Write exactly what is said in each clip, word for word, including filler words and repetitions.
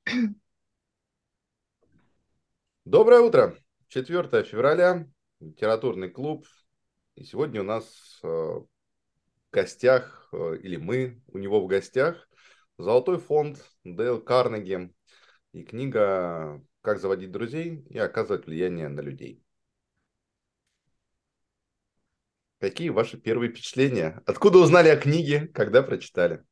Доброе утро! четвёртое февраля, литературный клуб. И сегодня у нас э, в гостях, э, или мы у него в гостях, Золотой фонд Дейл Карнеги и книга «Как заводить друзей и оказывать влияние на людей». Какие ваши первые впечатления? Откуда узнали о книге, когда прочитали?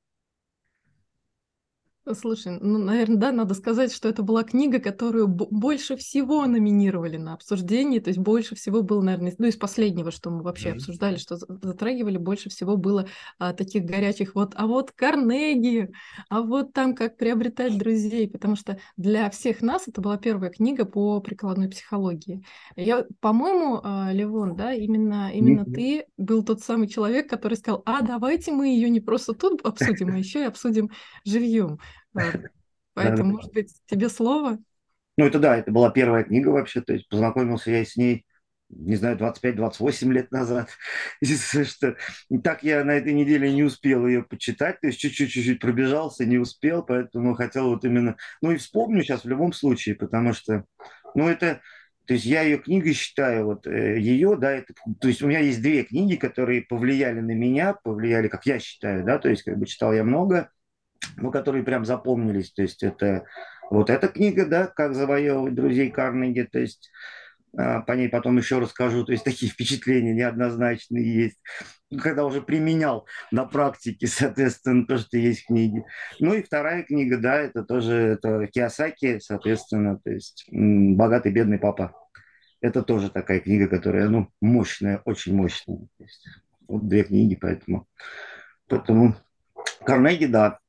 Слушай, ну, наверно, да, надо сказать, что это была книга, которую бо больше всего номинировали на обсуждение. То есть больше всего было, наверно, из ну, из последнего, что мы вообще Мгм. обсуждали, что за затрагивали, больше всего было, а, таких горячих вот: "А вот Карнеги, а вот там как приобретать друзей". Потому что для всех нас это была первая книга по прикладной психологии. Я, по-моему, а, Левон, да, именно именно Мгм. ты был тот самый человек, который сказал: "А давайте мы её не просто тут обсудим, а ещё и обсудим живьем". А, поэтому, Да-да. может быть, тебе слово? Ну, это да, это была первая книга вообще. То есть познакомился я с ней, не знаю, двадцать пять двадцать восемь лет назад. Единственное, что так я на этой неделе не успел ее почитать, то есть чуть-чуть чуть-чуть пробежался, не успел, поэтому хотел вот именно. Ну и вспомню сейчас в любом случае, потому что, ну, это, то есть я ее книгой считаю, вот э, ее, да, это, то есть у меня есть две книги, которые повлияли на меня, повлияли, как я считаю, да, то есть как бы читал я много, ну, которые прям запомнились. То есть это вот эта книга, да, «Как завоевывать друзей Карнеги», то есть а, по ней потом еще расскажу, то есть такие впечатления неоднозначные есть, ну, когда уже применял на практике, соответственно, то, что есть в книге. Ну и вторая книга, да, это тоже это Кийосаки, соответственно, то есть м, «Богатый бедный папа». Это тоже такая книга, которая, ну, мощная, очень мощная. То есть, вот две книги, поэтому, поэтому Карнеги, да.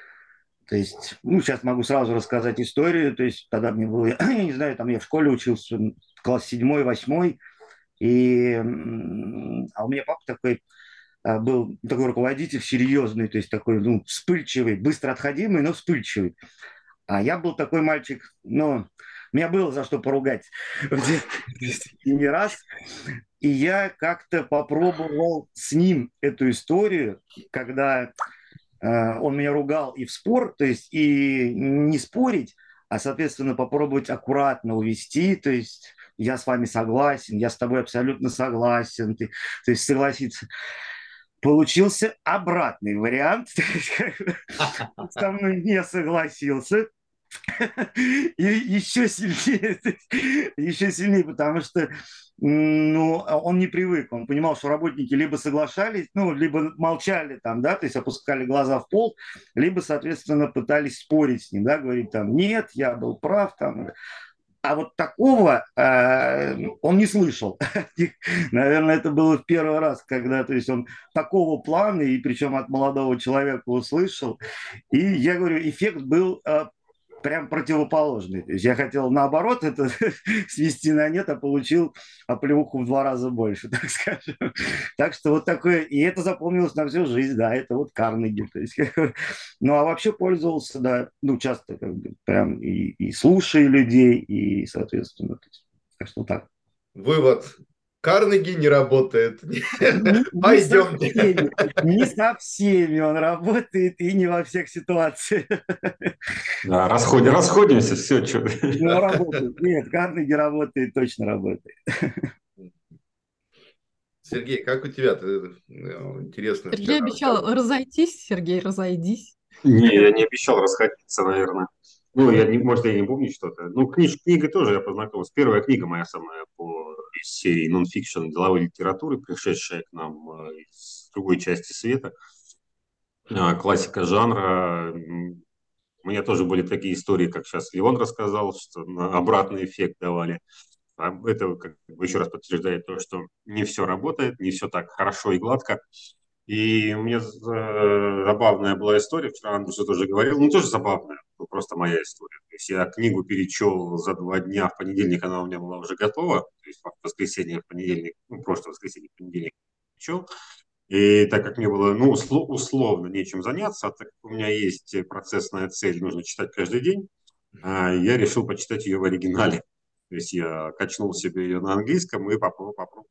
То есть, ну, сейчас могу сразу рассказать историю. То есть, тогда мне было, я не знаю, там я в школе учился, класс седьмой, восьмой, и, м, а у меня папа такой а, был такой руководитель серьезный, то есть такой, ну, вспыльчивый, быстро отходимый, но вспыльчивый. А я был такой мальчик, ну, меня было за что поругать в детстве, то есть, и не раз. И я как-то попробовал с ним эту историю, когда э, он меня ругал и в спор, то есть и не спорить, а, соответственно, попробовать аккуратно увести, то есть я с вами согласен, я с тобой абсолютно согласен, ты, то есть согласиться. Получился обратный вариант, то есть, как бы, он со мной не согласился, и еще сильнее, еще сильнее, потому что ну, он не привык, он понимал, что работники либо соглашались, ну, либо молчали там, да, то есть опускали глаза в пол, либо, соответственно, пытались спорить с ним, да, говорить там, нет, я был прав, там, а вот такого э, он не слышал. Наверное, это было в первый раз, когда, то есть он такого плана, и причем от молодого человека услышал. И я говорю, эффект был э, прям противоположный. То есть я хотел наоборот это свести на нет, а получил оплеуху в два раза больше, так скажем. Так что вот такое, и это запомнилось на всю жизнь, да, это вот Карнеги. То есть, ну а вообще пользовался, да, ну часто как бы прям и, и слушая людей, и соответственно, то есть, так что так. Вывод. Карнеги не работает. Не, не со Пойдемте. всеми, не со всеми он работает и не во всех ситуациях. Да, расходи, расходимся, все, что. Но работает. Нет, Карнеги работает, точно работает. Сергей, как у тебя? Ты, э, интересно, с тебя Сергей обещал рассказывай. разойтись. Сергей, разойдись. Не, я не обещал расходиться, наверное. Ну, я не, может, я не помню что-то. Ну, книж, книгой тоже я познакомился. Первая книга моя самая по из серии нон-фикшн деловой литературы, пришедшая к нам э, из другой части света. А, классика жанра. М, У меня тоже были такие истории, как сейчас Леон рассказал, что на обратный эффект давали. А это как бы еще раз подтверждает то, что не все работает, не все так хорошо и гладко. И у меня э, забавная была история, вчера Андрюша тоже говорил, ну тоже забавная, ну, просто моя история. То есть я книгу перечел за два дня, в понедельник она у меня была уже готова, то есть в воскресенье, в понедельник, ну прошлое воскресенье, в понедельник перечел. И так как мне было, ну, усло- условно нечем заняться, а так как у меня есть процессная цель, нужно читать каждый день, а, я решил почитать ее в оригинале. То есть я качнул себе ее на английском и попробовал, попробовал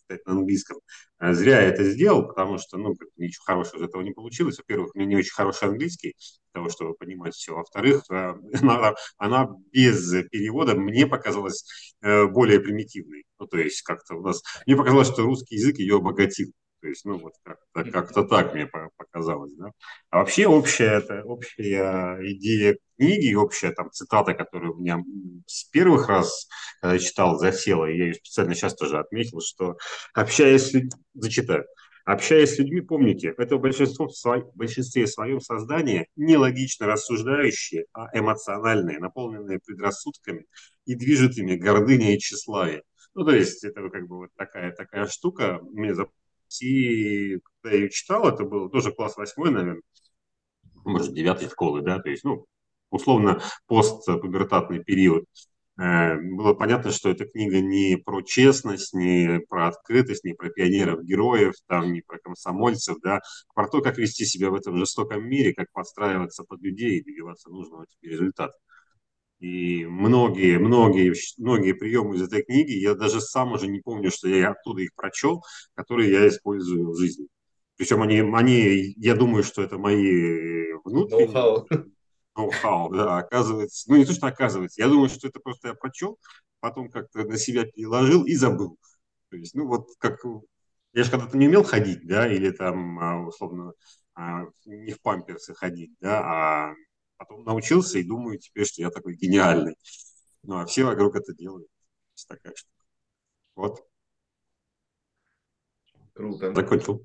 читать на английском. А зря я это сделал, потому что, ну, ничего хорошего из этого не получилось. Во-первых, у меня не очень хороший английский, для того, чтобы понимать все. Во-вторых, она, она без перевода мне показалась более примитивной. Ну, то есть как-то у нас... Мне показалось, что русский язык ее обогатил. То есть, ну, вот как-то, как-то так мне показалось, да. А вообще общая, это, общая идея книги, общая там цитата, которая у меня с первых раз, когда я читал, засела, и я ее специально сейчас тоже отметил, что общаясь с людьми, зачитаю, общаясь с людьми, помните, это большинство в, сво... в большинстве своем создания не логично рассуждающие, а эмоциональные, наполненные предрассудками и движет ими гордыня и тщеславие. Ну, то есть, это как бы вот такая, такая штука. Мне и когда я ее читал, это был тоже класс восьмой, наверное, может, девятой школы, да, то есть, ну, условно, постпубертатный период. Было понятно, что эта книга не про честность, не про открытость, не про пионеров-героев, там, не про комсомольцев, да, про то, как вести себя в этом жестоком мире, как подстраиваться под людей и добиваться нужного тебе результата. И многие, многие, многие приемы из этой книги, я даже сам уже не помню, что я оттуда их прочел, которые я использую в жизни. Причем они, они я думаю, что это мои внутренние Ноу-хау. ноу-хау, да, оказывается. Ну, не то, что оказывается. Я думаю, что это просто я прочел, потом как-то на себя переложил и забыл. То есть, ну, вот как... Я же когда-то не умел ходить, да, или там, условно, не в памперсы ходить, да, а потом научился и думаю теперь, что я такой гениальный. Ну, а все вокруг это делают. Такая штука. Вот. Круто. Закончил.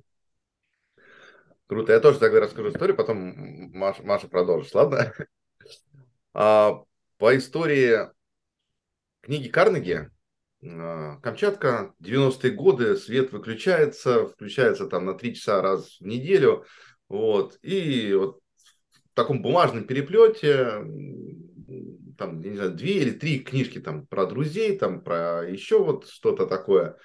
Круто. Я тоже тогда расскажу историю, потом Маша, Маша продолжит, ладно? А, по истории книги Карнеги, а, Камчатка, девяностые годы, свет выключается, включается там на три часа раз в неделю, вот, и вот в таком бумажном переплете, там, я не знаю, две или три книжки там про друзей, там про еще вот что-то такое,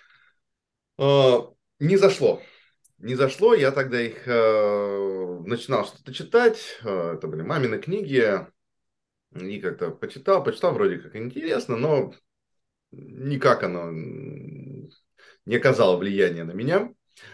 а, не зашло. Не зашло, я тогда их э, начинал что-то читать, э, это были мамины книги, и как-то почитал, почитал, вроде как интересно, но никак оно не оказало влияния на меня.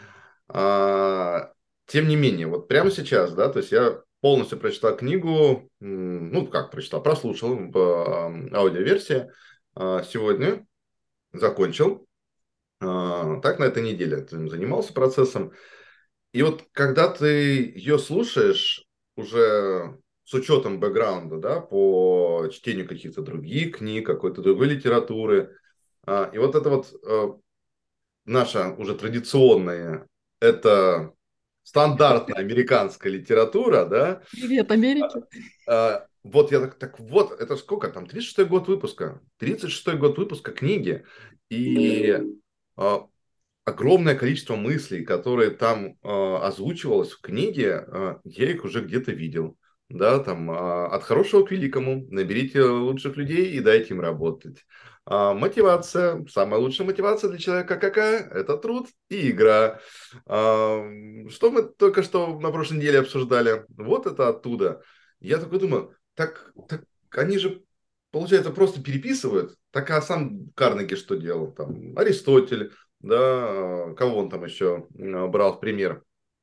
А, тем не менее, вот прямо сейчас, да, то есть я полностью прочитал книгу, ну как прочитал, прослушал по аудиоверсии а, сегодня, закончил. А, так на этой неделе этим занимался процессом. И вот когда ты ее слушаешь уже с учетом бэкграунда, да, по чтению каких-то других книг, какой-то другой литературы, а, и вот это вот э, наша уже традиционная, это стандартная американская литература, да. Привет, Америке. А, вот я так, так вот, это сколько там, тридцать шестой год выпуска, тридцать шестой год выпуска книги, и а, огромное количество мыслей, которые там э, озвучивалось в книге, э, я их уже где-то видел. Да, там, э, от хорошего к великому, наберите лучших людей и дайте им работать. А, мотивация, самая лучшая мотивация для человека какая? Это труд и игра. А, что мы только что на прошлой неделе обсуждали? Вот это оттуда. Я такой думаю, так, так они же, получается, просто переписывают. Так а сам Карнеги что делал? Там, Аристотель, да, кого он там еще брал в пример.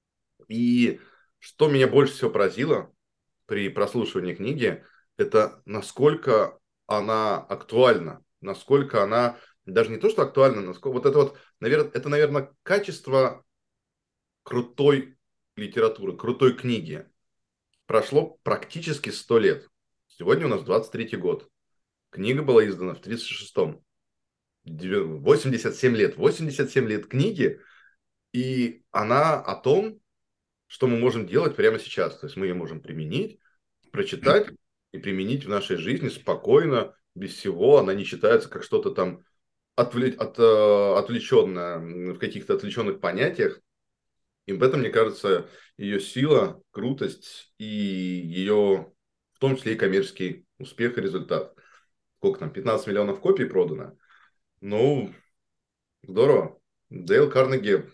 И что меня больше всего поразило при прослушивании книги, это насколько она актуальна, насколько она, даже не то, что актуальна, насколько, вот это вот, наверное, это, наверное, качество крутой литературы, крутой книги. Прошло практически сто лет. Сегодня у нас двадцать третий год. Книга была издана в тридцать шестом. восемьдесят семь лет. восемьдесят семь лет книги, и она о том, что мы можем делать прямо сейчас. То есть мы ее можем применить, прочитать и применить в нашей жизни спокойно, без всего. Она не считается как что-то там отвле... от, э, отвлеченное, в каких-то отвлеченных понятиях. И в этом, мне кажется, ее сила, крутость и ее, в том числе и коммерческий успех и результат. Сколько там, пятнадцать миллионов копий продано? Ну, здорово. Дейл Карнеги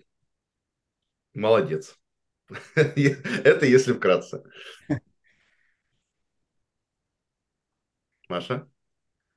молодец. Это если вкратце. Маша?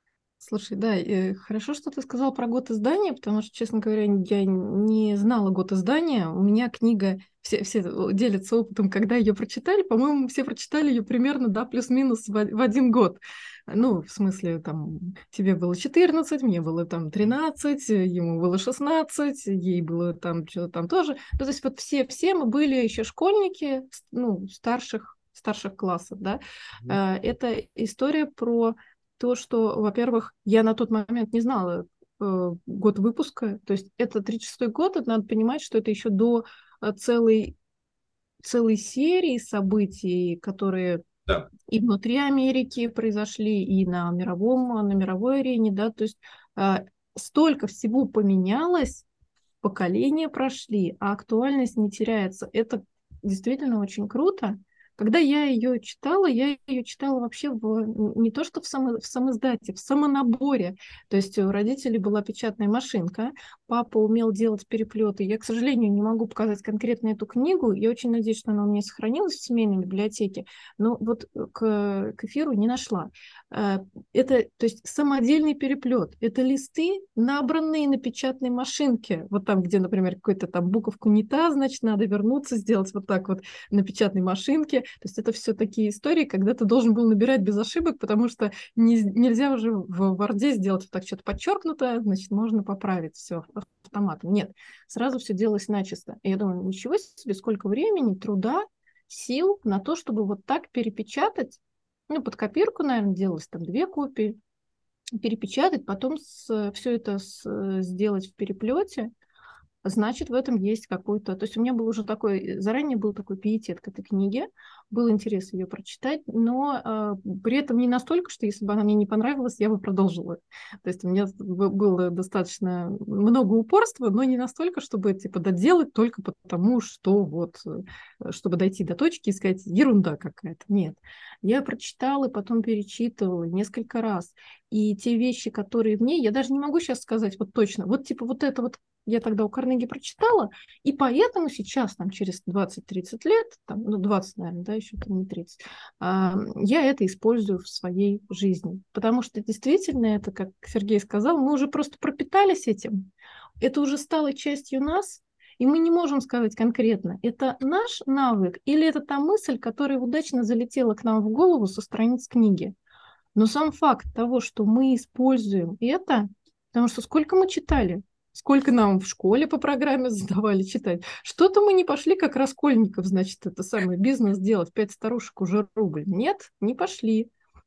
Слушай, да, э, хорошо, что ты сказал про год издания, потому что, честно говоря, я не знала год издания. У меня книга, все, все делятся опытом, когда ее прочитали. По-моему, все прочитали ее примерно, да, плюс-минус в, в один год. Ну, в смысле, там, тебе было четырнадцать, мне было там тринадцать, ему было шестнадцать, ей было там что-то там тоже. Ну, то есть вот все, все мы были еще школьники, ну, старших, старших классов, да. Mm-hmm. Это история про то, что, во-первых, я на тот момент не знала э, год выпуска, то есть это тридцать шестой год, это надо понимать, что это еще до э, целой, целой серии событий, которые да. и внутри Америки произошли, и на, мировом, на мировой арене, да, то есть э, столько всего поменялось, поколения прошли, а актуальность не теряется. Это действительно очень круто. Когда я ее читала, я ее читала вообще в, не то что в, само, в самоиздате, в самонаборе. То есть у родителей была печатная машинка, папа умел делать переплеты. Я, к сожалению, не могу показать конкретно эту книгу. Я очень надеюсь, что она у меня сохранилась в семейной библиотеке, но вот к, к эфиру не нашла. Это, то есть самодельный переплет. Это листы, набранные на печатной машинке. Вот там, где, например, какой-то там буковку не та, значит, надо вернуться, сделать вот так вот на печатной машинке. То есть это все такие истории, когда ты должен был набирать без ошибок, потому что не, нельзя уже в Word сделать вот так что-то подчеркнутое, значит, можно поправить все автоматом. Нет, сразу все делалось начисто. И я думаю, ничего себе, сколько времени, труда, сил на то, чтобы вот так перепечатать. Ну, под копирку, наверное, делалось там две копии, перепечатать, потом с, все это с, сделать в переплете. Значит, в этом есть какой-то... То есть у меня был уже такой... Заранее был такой пиетет к этой книге, был интерес ее прочитать, но э, при этом не настолько, что если бы она мне не понравилась, я бы продолжила. То есть у меня было достаточно много упорства, но не настолько, чтобы типа доделать только потому, что вот... Чтобы дойти до точки и сказать, ерунда какая-то. Нет. Я прочитала, потом перечитывала несколько раз. И те вещи, которые в ней, я даже не могу сейчас сказать вот точно. Вот типа вот это вот я тогда у Карнеги прочитала, и поэтому сейчас, там, через двадцать-тридцать лет, там, ну, двадцать, наверное, да, еще не тридцать, а, я это использую в своей жизни. Потому что действительно это, как Сергей сказал, мы уже просто пропитались этим. Это уже стало частью нас, и мы не можем сказать конкретно, это наш навык или это та мысль, которая удачно залетела к нам в голову со страниц книги. Но сам факт того, что мы используем это, потому что сколько мы читали, сколько нам в школе по программе задавали читать. Что-то мы не пошли, как Раскольников, значит, это самый бизнес делать. Пять старушек уже рубль. Нет, не пошли.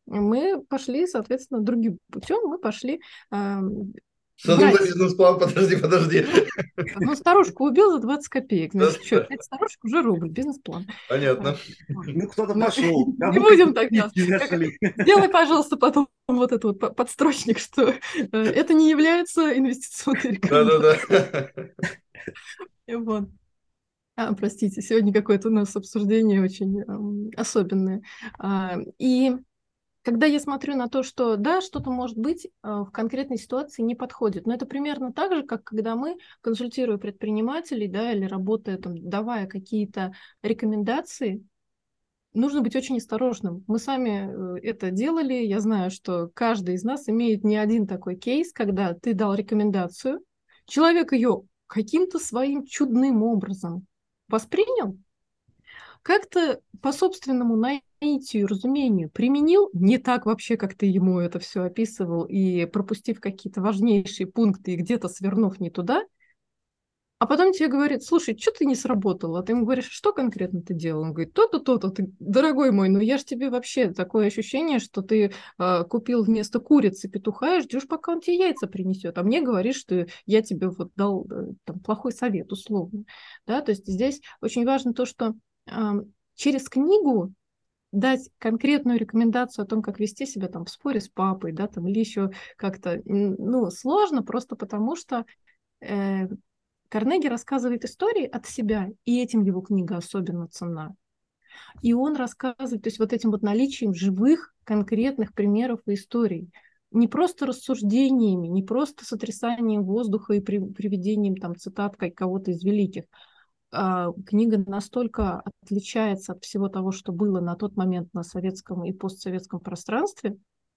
Мы пошли, соответственно, другим путем. Мы пошли... Э, Что за бизнес-план? Подожди, подожди. Ну, старушку убил за двадцать копеек. Значит, что, пять старушек уже рубль, бизнес-план. Понятно. Ну, кто-то пошел. Не будем так делать. Сделай, пожалуйста, потом вот этот вот подстрочник, что это не является инвестиционной рекомендацией. Да-да-да. Вот. А, простите, сегодня какое-то у нас обсуждение очень э, особенное. А, и когда я смотрю на то, что да, что-то может быть э, в конкретной ситуации не подходит, но это примерно так же, как когда мы, консультируя предпринимателей, да, или работая, там, давая какие-то рекомендации, нужно быть очень осторожным. Мы сами это делали. Я знаю, что каждый из нас имеет не один такой кейс, когда ты дал рекомендацию, человек ее каким-то своим чудным образом воспринял, как-то по собственному наитию и разумению применил не так вообще, как ты ему это все описывал, и пропустив какие-то важнейшие пункты и где-то свернув не туда, а потом тебе говорит, слушай, что ты не сработал? А ты ему говоришь, что конкретно ты делал? Он говорит, то-то, то-то. Ты, дорогой мой, ну я же тебе вообще такое ощущение, что ты э, купил вместо курицы петуха и ждешь, пока он тебе яйца принесет. А мне говоришь, что я тебе вот дал э, там, плохой совет, условно. Да? То есть здесь очень важно то, что э, через книгу дать конкретную рекомендацию о том, как вести себя там, в споре с папой, да, там, или еще как-то ну, сложно, просто потому что э, Карнеги рассказывает истории от себя, и этим его книга особенно ценна. И он рассказывает, то есть вот этим вот наличием живых, конкретных примеров и историй, не просто рассуждениями, не просто сотрясанием воздуха и приведением там цитат кого-то из великих. А книга настолько отличается от всего того, что было на тот момент на советском и постсоветском пространстве,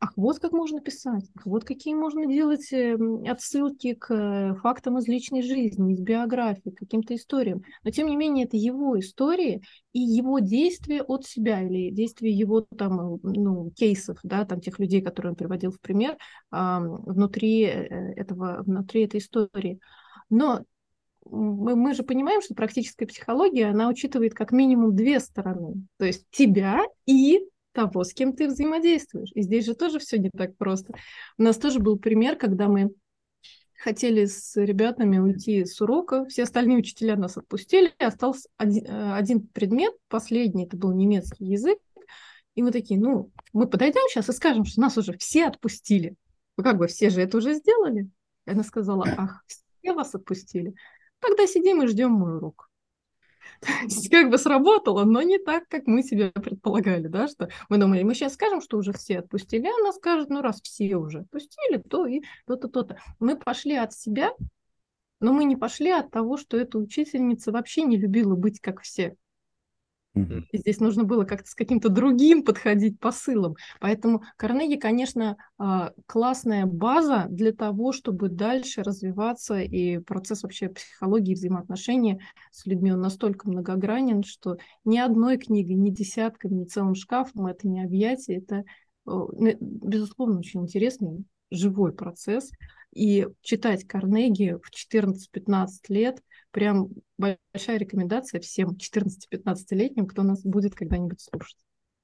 ах, вот как можно писать, ах, вот какие можно делать э, отсылки к э, фактам из личной жизни, из биографии, к каким-то историям. Но, тем не менее, это его истории и его действия от себя, или действия его там, ну, кейсов, да, там, тех людей, которые он приводил в пример, а, внутри, этого, внутри этой истории. Но мы, мы же понимаем, что практическая психология, она учитывает как минимум две стороны. То есть тебя и того, с кем ты взаимодействуешь. И здесь же тоже все не так просто. У нас тоже был пример, когда мы хотели с ребятами уйти с урока, все остальные учителя нас отпустили, остался один, один предмет, последний, это был немецкий язык, и мы такие, ну, мы подойдем сейчас и скажем, что нас уже все отпустили. Ну, как бы все же это уже сделали. И она сказала, ах, все вас отпустили. Тогда сидим и ждем мой урок. Как бы сработало, но не так, как мы себе предполагали, да, что мы думали, мы сейчас скажем, что уже все отпустили, а она скажет, ну, раз все уже отпустили, то и то-то, то-то. Мы пошли от себя, но мы не пошли от того, что эта учительница вообще не любила быть как все. И здесь нужно было как-то с каким-то другим подходить посылом. Поэтому Карнеги, конечно, классная база для того, чтобы дальше развиваться, и процесс вообще психологии, взаимоотношений с людьми, он настолько многогранен, что ни одной книгой, ни десятками, ни целым шкафом это не объятие. Это, безусловно, очень интересный, живой процесс. И читать Карнеги в четырнадцать-пятнадцать лет прям большая рекомендация всем четырнадцати-пятнадцатилетним, кто нас будет когда-нибудь слушать.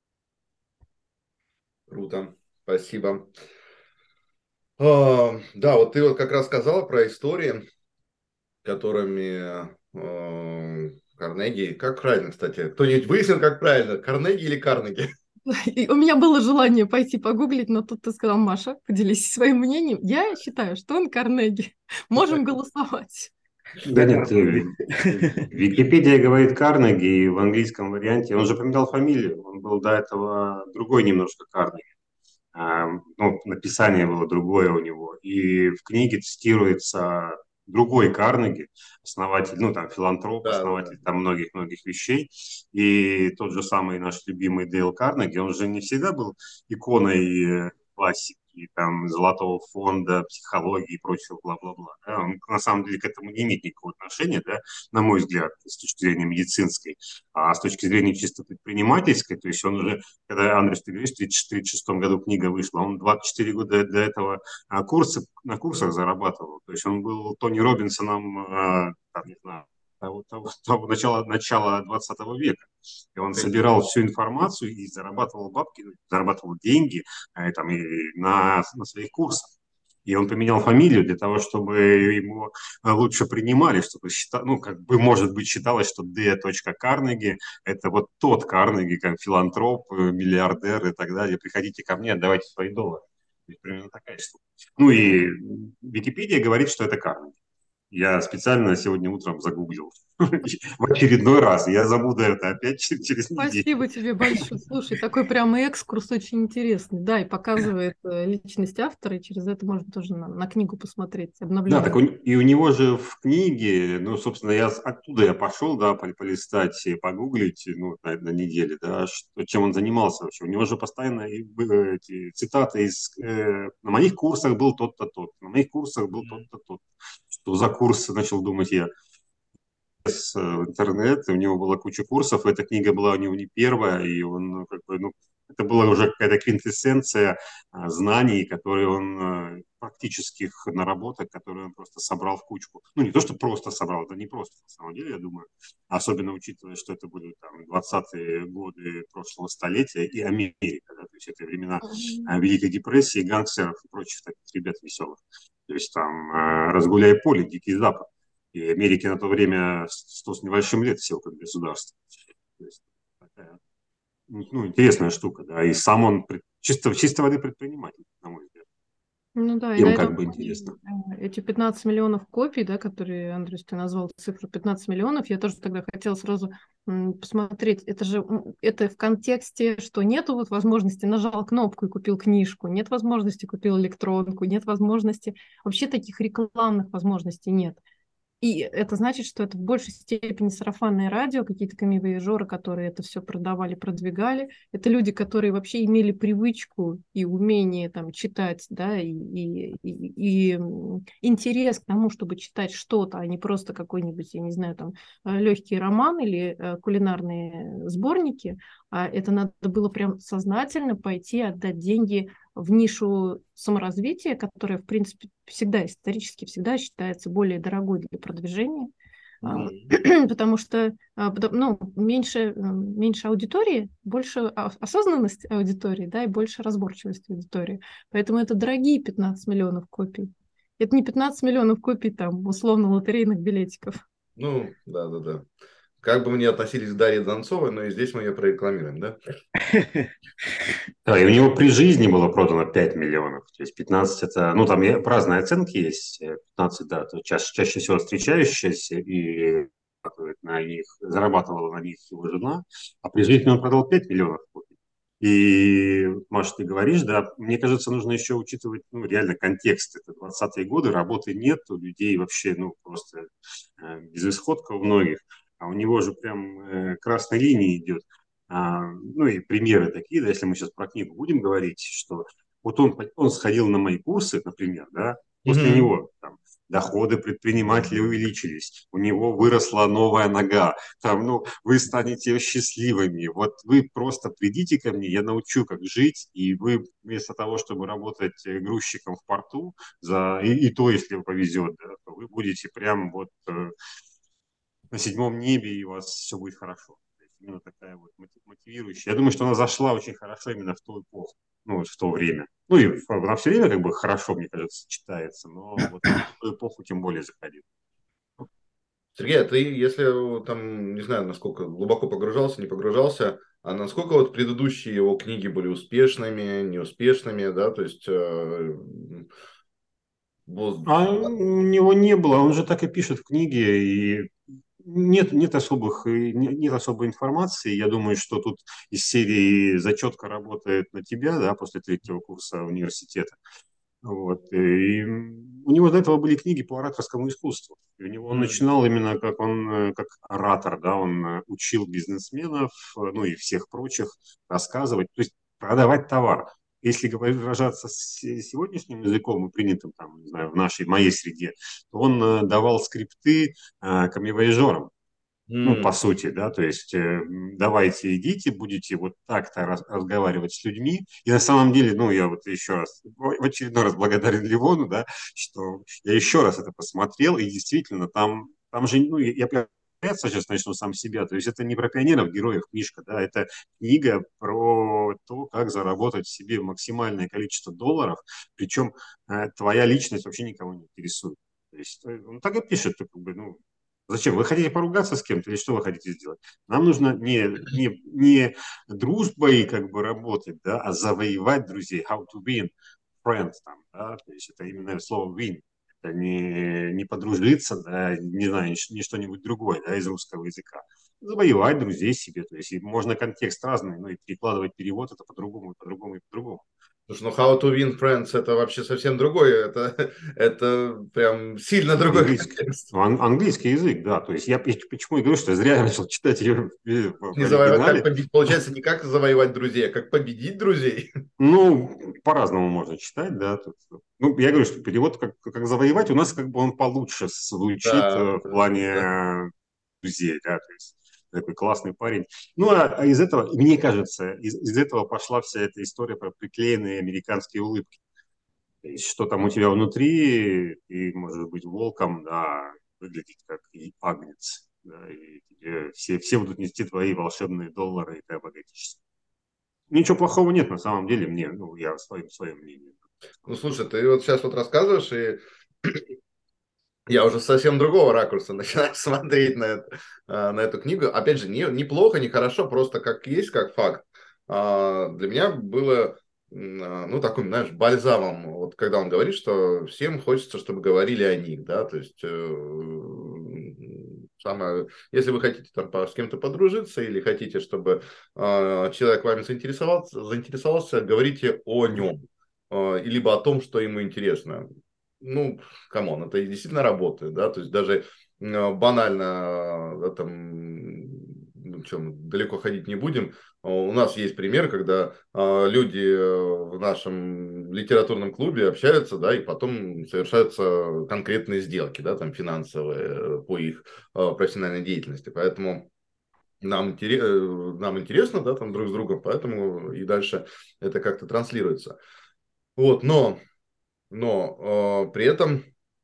Круто, спасибо. А, да, вот ты вот как раз сказала про истории, которыми э, Карнеги... Как правильно, кстати? Кто-нибудь выяснил, как правильно? Карнеги или Карнеги? И у меня было желание пойти погуглить, но тут ты сказал, Маша, поделись своим мнением. Я считаю, что он Карнеги. Можем голосовать. Да нет, Википедия говорит Карнеги, и в английском варианте, он же поменял фамилию, он был до этого другой немножко Карнеги. А, ну, написание было другое у него. И в книге цитируется другой Карнеги, основатель, ну, там, филантроп, Да, основатель да. там многих-многих вещей. И тот же самый наш любимый Дейл Карнеги, он же не всегда был иконой классики, там, золотого фонда, психологии и прочего бла-бла-бла. Да? Он на самом деле к этому не имеет никакого отношения, да, на мой взгляд, с точки зрения медицинской. А с точки зрения чисто предпринимательской, то есть он уже, когда, Андрей, ты говоришь, в тридцать шестом году книга вышла, он двадцать четыре года до этого а, курсы, на курсах зарабатывал. То есть он был Тони Робинсоном, а, там, не знаю, того, того, того начала, начала двадцатого века. И он собирал всю информацию и зарабатывал бабки, зарабатывал деньги а, там, и на, на своих курсах. И он поменял фамилию для того, чтобы его лучше принимали, чтобы считал, ну, как бы, может быть, считалось, что Д. Карнеги – это вот тот Карнеги, как филантроп, миллиардер и так далее. Приходите ко мне, отдавайте свои доллары. Примерно такая штука. Ну и Википедия говорит, что это Карнеги. Я специально сегодня утром загуглил в очередной раз. Я забуду это опять через неделю. Спасибо тебе большое. Слушай, такой прямо экскурс очень интересный. Да, и показывает личность автора, и через это можно тоже на, на книгу посмотреть, обновление. Да, так у, и у него же в книге, ну, собственно, я оттуда я пошел, да, полистать, погуглить, ну, на, на неделе, да, что, чем он занимался вообще. У него же постоянно эти цитаты из, э, на моих курсах был тот-то тот, на моих курсах был тот-то тот. Что за курс, начал думать я. С интернет, у него была куча курсов, эта книга была у него не первая, и он, ну, как бы, ну, это была уже какая-то квинтэссенция а, знаний, которые он, а, практических наработок, которые он просто собрал в кучку. Ну, не то, что просто собрал, это не просто, на самом деле, я думаю, особенно учитывая, что это были там двадцатые годы прошлого столетия и Америка, да, то есть это времена а, Великой депрессии, гангстеров и прочих таких ребят веселых. То есть там а, «Разгуляй поле», «Дикий Запад». И Америке на то время сто с небольшим лет всего как государство. То есть такая, ну, интересная штука, да. И сам он чисто, чисто воды предприниматель, на мой взгляд. Ну да, и Им на как этом бы интересно. эти пятнадцать миллионов копий, да, которые, Андрюс, ты назвал цифру пятнадцать миллионов, я тоже тогда хотела сразу м, посмотреть, это же это в контексте, что нету вот возможности, нажал кнопку и купил книжку, нет возможности, купил электронку, нет возможности, вообще таких рекламных возможностей нет. И это значит, что это в большей степени сарафанное радио, какие-то камевояжеры, которые это все продавали, продвигали. Это люди, которые вообще имели привычку и умение там читать, да, и, и, и, и интерес к тому, чтобы читать что-то, а не просто какой-нибудь, я не знаю, там легкий роман или э, кулинарные сборники. А это надо было прям сознательно пойти отдать деньги в нишу саморазвития, которая, в принципе, всегда исторически всегда считается более дорогой для продвижения, Mm-hmm. потому что ну, меньше, меньше аудитории, больше осознанность аудитории, да, и больше разборчивость аудитории. Поэтому это дорогие пятнадцать миллионов копий. Это не пятнадцать миллионов копий там, условно, лотерейных билетиков. Ну, да-да-да. Как бы мы ни относились к Дарье Донцовой, но и здесь мы ее прорекламируем, да? Да, и у него при жизни было продано пять миллионов. То есть пятнадцать это, ну там разные оценки есть. пятнадцать, да, то чаще, чаще всего встречающиеся и на них, зарабатывала на них его жена. А при жизни он продал пять миллионов копий. И, Маша, ты говоришь, да, мне кажется, нужно еще учитывать, ну, реально контекст. Это двадцатые годы, работы нет, у людей вообще, ну, просто э, безысходка у многих. А у него же прям э, красной линией идет. А, ну и примеры такие, да, если мы сейчас про книгу будем говорить, что вот он, он сходил на мои курсы, например, да, после Mm-hmm. него там, доходы предпринимателей увеличились, у него выросла новая нога, там, ну, вы станете счастливыми, вот вы просто придите ко мне, я научу, как жить, и вы вместо того, чтобы работать грузчиком в порту, за, и, и то, если повезет, да, то вы будете прям вот э, на седьмом небе, и у вас все будет хорошо. Именно такая вот мотивирующая. Я думаю, что она зашла очень хорошо именно в ту эпоху, ну, в то время. Ну, и она все время как бы хорошо, мне кажется, читается, но вот в ту эпоху тем более заходит. Сергей, а ты, если там, не знаю, насколько глубоко погружался, не погружался, а насколько вот предыдущие его книги были успешными, неуспешными, да, то есть... Э, вот... А у него не было, он же так и пишет в книге, и нет, нет, особых, нет особой информации. Я думаю, что тут из серии зачетка работает на тебя, да, после третьего курса университета. Вот. И у него до этого были книги по ораторскому искусству. И у него он начинал именно как он, как оратор, да, он учил бизнесменов, ну и всех прочих рассказывать, то есть продавать товар. Если говорить, выражаться сегодняшним языком и принятым там, не знаю, в нашей, моей среде, то он давал скрипты э, камевояжерам. Ну, по сути, да, то есть э, давайте идите, будете вот так-то раз, разговаривать с людьми. И на самом деле, ну, я вот еще раз, в очередной раз благодарен Ливону, да, что я еще раз это посмотрел, и действительно там, там же, ну, я, я сейчас начну сам себя, то есть это не про пионеров, героев книжка, да, это книга про то, как заработать себе максимальное количество долларов, причем э, твоя личность вообще никого не интересует. То есть он так и пишет, как бы, ну, зачем? Вы хотите поругаться с кем-то или что вы хотите сделать? Нам нужно не, не, не дружбой как бы работать, да, а завоевать друзей. How to win friends. Там, да? То есть это именно слово win. Это не, не подружиться, да, не знаю, не, не что-нибудь другое, да, из русского языка. Завоевать друзей себе. То есть можно контекст разный, но и перекладывать перевод это по-другому, и по-другому, и по-другому. Слушай, ну How to Win Friends это вообще совсем другое. Это, это прям сильно другой Английский. контекст. Ан- английский язык, да. То есть я почему и говорю, что я зря начал читать ее в, в Не завоевать, как оригинале. победить, получается, не как завоевать друзей, а как победить друзей. Ну, по-разному можно читать, да. Тут, ну, я говорю, что перевод как, как завоевать у нас как бы он получше звучит Да, э, в да, плане да. э, друзей, да, то есть такой классный парень. Ну, а, а из этого, мне кажется, из, из этого пошла вся эта история про приклеенные американские улыбки. То есть, что там у тебя внутри, ты можешь быть волком, да, выглядеть как и агнец, да, и тебе все, все будут нести твои волшебные доллары, и ты обогатишься. Ничего плохого нет на самом деле, мне, ну, я своим, своим мнением. Ну, слушай, ты вот сейчас вот рассказываешь, и я уже совсем другого ракурса начинаю смотреть на, это, а, на эту книгу. Опять же, не, неплохо, не хорошо, просто как есть, как факт. А, для меня было, м, а, ну, таким, знаешь, бальзамом, вот когда он говорит, что всем хочется, чтобы говорили о них, да, то есть э, самое, если вы хотите там по- с кем-то подружиться или хотите, чтобы э, человек вами заинтересовался, заинтересовался, говорите о нем, э, либо о том, что ему интересно. Ну, камон, это действительно работает, да, то есть даже банально, да, там, ну, чем, далеко ходить не будем. У нас есть пример, когда люди в нашем литературном клубе общаются, да, и потом совершаются конкретные сделки, да, там, финансовые по их профессиональной деятельности. Поэтому нам, нам интересно, да, там, друг с другом, поэтому и дальше это как-то транслируется. Вот, но, но э, при этом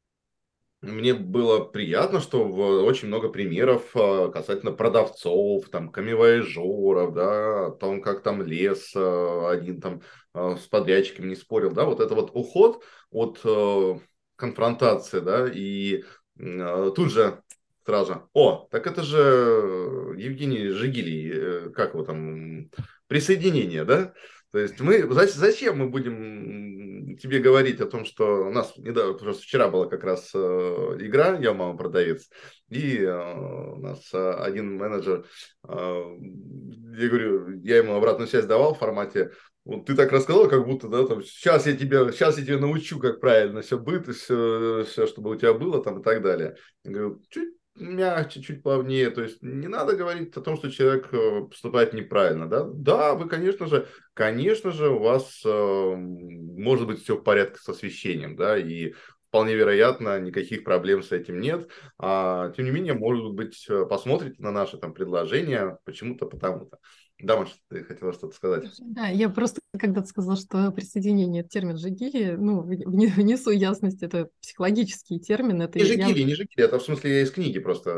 мне было приятно, что в, очень много примеров э, касательно продавцов, там, камевояжеров, да, о том, как там лес э, один там э, с подрядчиком не спорил, да, вот это вот уход от э, конфронтации, да, и э, тут же сразу, о, так это же Евгений Жигилий, э, как его там, присоединение, да, то есть мы, зачем мы будем тебе говорить о том, что у нас недавно, просто вчера была как раз э, игра «Я мама продавец», и э, у нас э, один менеджер, э, я говорю, я ему обратную связь давал в формате, вот ты так рассказал, как будто, да, там, сейчас я тебе, сейчас я тебе научу, как правильно все будет, все, все, чтобы у тебя было там и так далее. Я говорю, чуть мягче, чуть плавнее, то есть не надо говорить о том, что человек поступает неправильно, да, да, вы, конечно же, конечно же, у вас э, может быть все в порядке с освещением, да, и вполне вероятно, никаких проблем с этим нет, а, тем не менее, может быть, посмотрите на наши там предложения почему-то, потому-то. Да, Маша, ты хотела что-то сказать? Да, я просто когда-то сказала, что присоединение – это термин Жигили, ну, внесу ясность, это психологический термин. Это Не я... Жигили, не Жигили, это в смысле я из книги просто.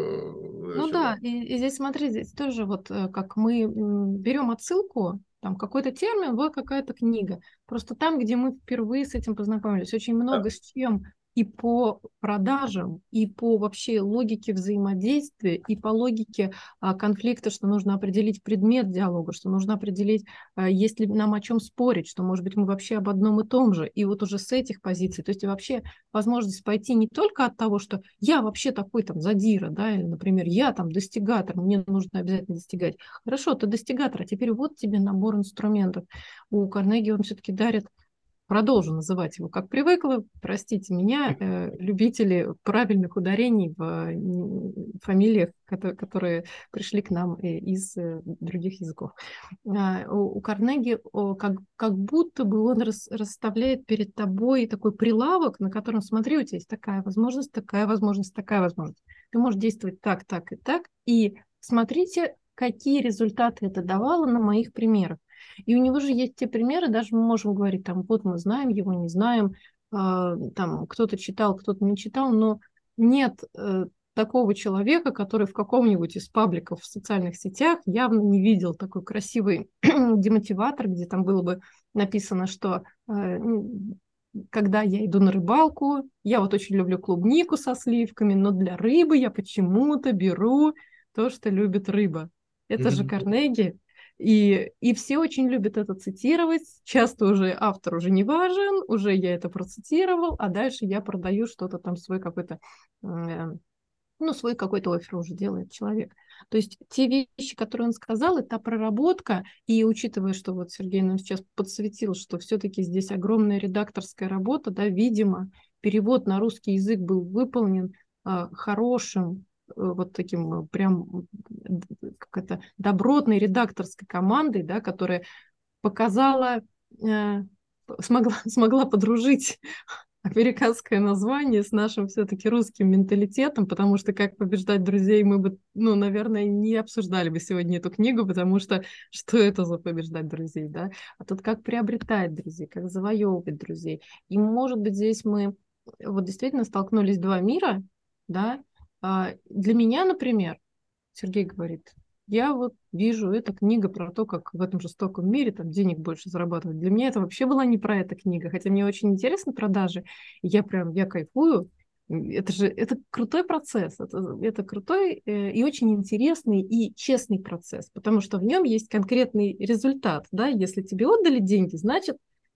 Ну да, и, и здесь смотри, здесь тоже вот как мы берем отсылку, там какой-то термин, вот какая-то книга. Просто там, где мы впервые с этим познакомились, очень много Да. с чем и по продажам, и по вообще логике взаимодействия, и по логике а, конфликта, что нужно определить предмет диалога, что нужно определить, а, есть ли нам о чем спорить, что, может быть, мы вообще об одном и том же. И вот уже с этих позиций, то есть вообще возможность пойти не только от того, что я вообще такой там задира, да, или, например, я там достигатор, мне нужно обязательно достигать. Хорошо, ты достигатор, а теперь вот тебе набор инструментов. У Карнеги он все-таки дарит, продолжу называть его, как привыкла, простите меня, э, любители правильных ударений в э, фамилиях, которые, которые пришли к нам э, из э, других языков. А, у, у Карнеги о, как, как будто бы он рас, расставляет перед тобой такой прилавок, на котором, смотри, у тебя есть такая возможность, такая возможность, такая возможность. Ты можешь действовать так, так и так, и смотрите, какие результаты это давало на моих примерах. И у него же есть те примеры, даже мы можем говорить, там, вот мы знаем его, не знаем, э, там, кто-то читал, кто-то не читал, но нет э, такого человека, который в каком-нибудь из пабликов в социальных сетях явно не видел такой красивый демотиватор, где там было бы написано, что э, когда я иду на рыбалку, я вот очень люблю клубнику со сливками, но для рыбы я почему-то беру то, что любит рыба. Это же Карнеги. И, и все очень любят это цитировать. Часто уже автор уже не важен, уже я это процитировал, а дальше я продаю что-то там, свой какой-то, э, ну, свой какой-то оффер уже делает человек. То есть те вещи, которые он сказал, это проработка, и учитывая, что вот Сергей нам сейчас подсветил, что все-таки здесь огромная редакторская работа, да, видимо, перевод на русский язык был выполнен э, хорошим, вот таким прям как это, добротной редакторской командой, да, которая показала, э, смогла, смогла подружить американское название с нашим все-таки русским менталитетом, потому что «Как побеждать друзей» мы бы, ну, наверное, не обсуждали бы сегодня эту книгу, потому что что это за побеждать друзей, да? А тут как приобретать друзей, как завоевывать друзей. И, может быть, здесь мы вот действительно столкнулись два мира, да. Для меня, например, Сергей говорит, я вот вижу, эта книга про то, как в этом жестоком мире там денег больше зарабатывать. Для меня это вообще была не про эту книгу, хотя мне очень интересны продажи, и я прям, я кайфую. Это же, это крутой процесс, это, это крутой э, и очень интересный и честный процесс, потому что в нем есть конкретный результат, да, если тебе отдали деньги, значит,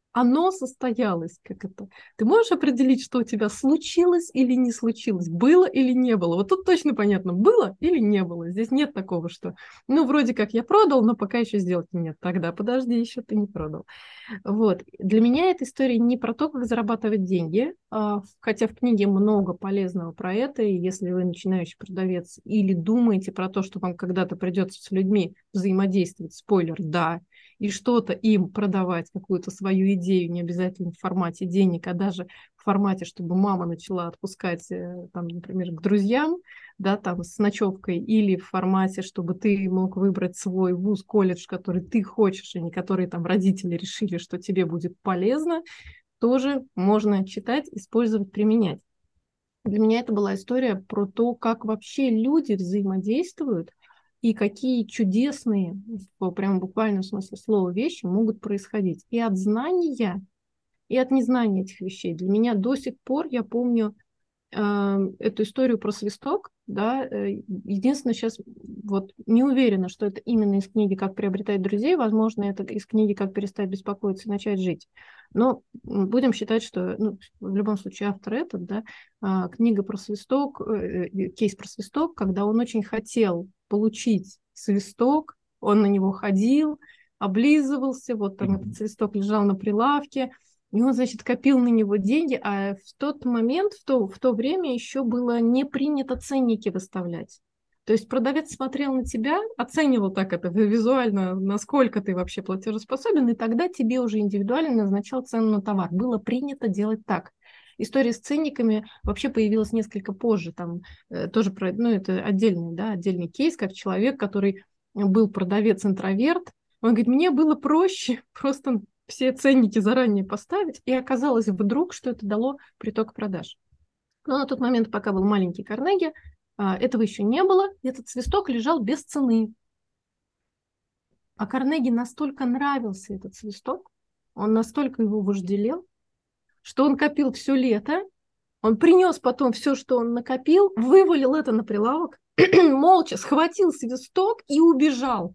оно состоялось, как это. Ты можешь определить, что у тебя случилось или не случилось, было или не было? Вот тут точно понятно, было или не было. Здесь нет такого, что, ну, вроде как я продал, но пока еще сделки нет. Тогда подожди, еще ты не продал. Вот. Для меня эта история не про то, как зарабатывать деньги, а, хотя в книге много полезного про это, и если вы начинающий продавец или думаете про то, что вам когда-то придется с людьми взаимодействовать, спойлер, да, и что-то им продавать, какую-то свою идею, не обязательно в формате денег, а даже в формате, чтобы мама начала отпускать, там, например, к друзьям, да, там, с ночевкой, или в формате, чтобы ты мог выбрать свой вуз, колледж, который ты хочешь, а не который там родители решили, что тебе будет полезно, тоже можно читать, использовать, применять. Для меня это была история про то, как вообще люди взаимодействуют, и какие чудесные, в прям буквальном смысле слова, вещи могут происходить. И от знания, и от незнания этих вещей. Для меня до сих пор, я помню э, эту историю про свисток. Да, э, единственное, сейчас вот не уверена, что это именно из книги «Как приобретать друзей». Возможно, это из книги «Как перестать беспокоиться и начать жить». Но будем считать, что ну, в любом случае автор этот, да, э, книга про свисток, э, кейс про свисток, когда он очень хотел получить свисток, он на него ходил, облизывался, вот там этот свисток лежал на прилавке, и он, значит, копил на него деньги, а в тот момент, в то, в то время еще было не принято ценники выставлять. То есть продавец смотрел на тебя, оценивал так это визуально, насколько ты вообще платежеспособен, и тогда тебе уже индивидуально назначал цену на товар. Было принято делать так. История с ценниками вообще появилась несколько позже. Там э, тоже, про, ну, это отдельный, да, отдельный кейс, как человек, который был продавец-интроверт. Он говорит, мне было проще просто все ценники заранее поставить, и оказалось вдруг, что это дало приток продаж. Но на тот момент, пока был маленький Карнеги, э, этого еще не было. Этот свисток лежал без цены. А Карнеги настолько нравился этот свисток, он настолько его вожделел, что он копил все лето, он принес потом все, что он накопил, вывалил это на прилавок, молча схватил свисток и убежал.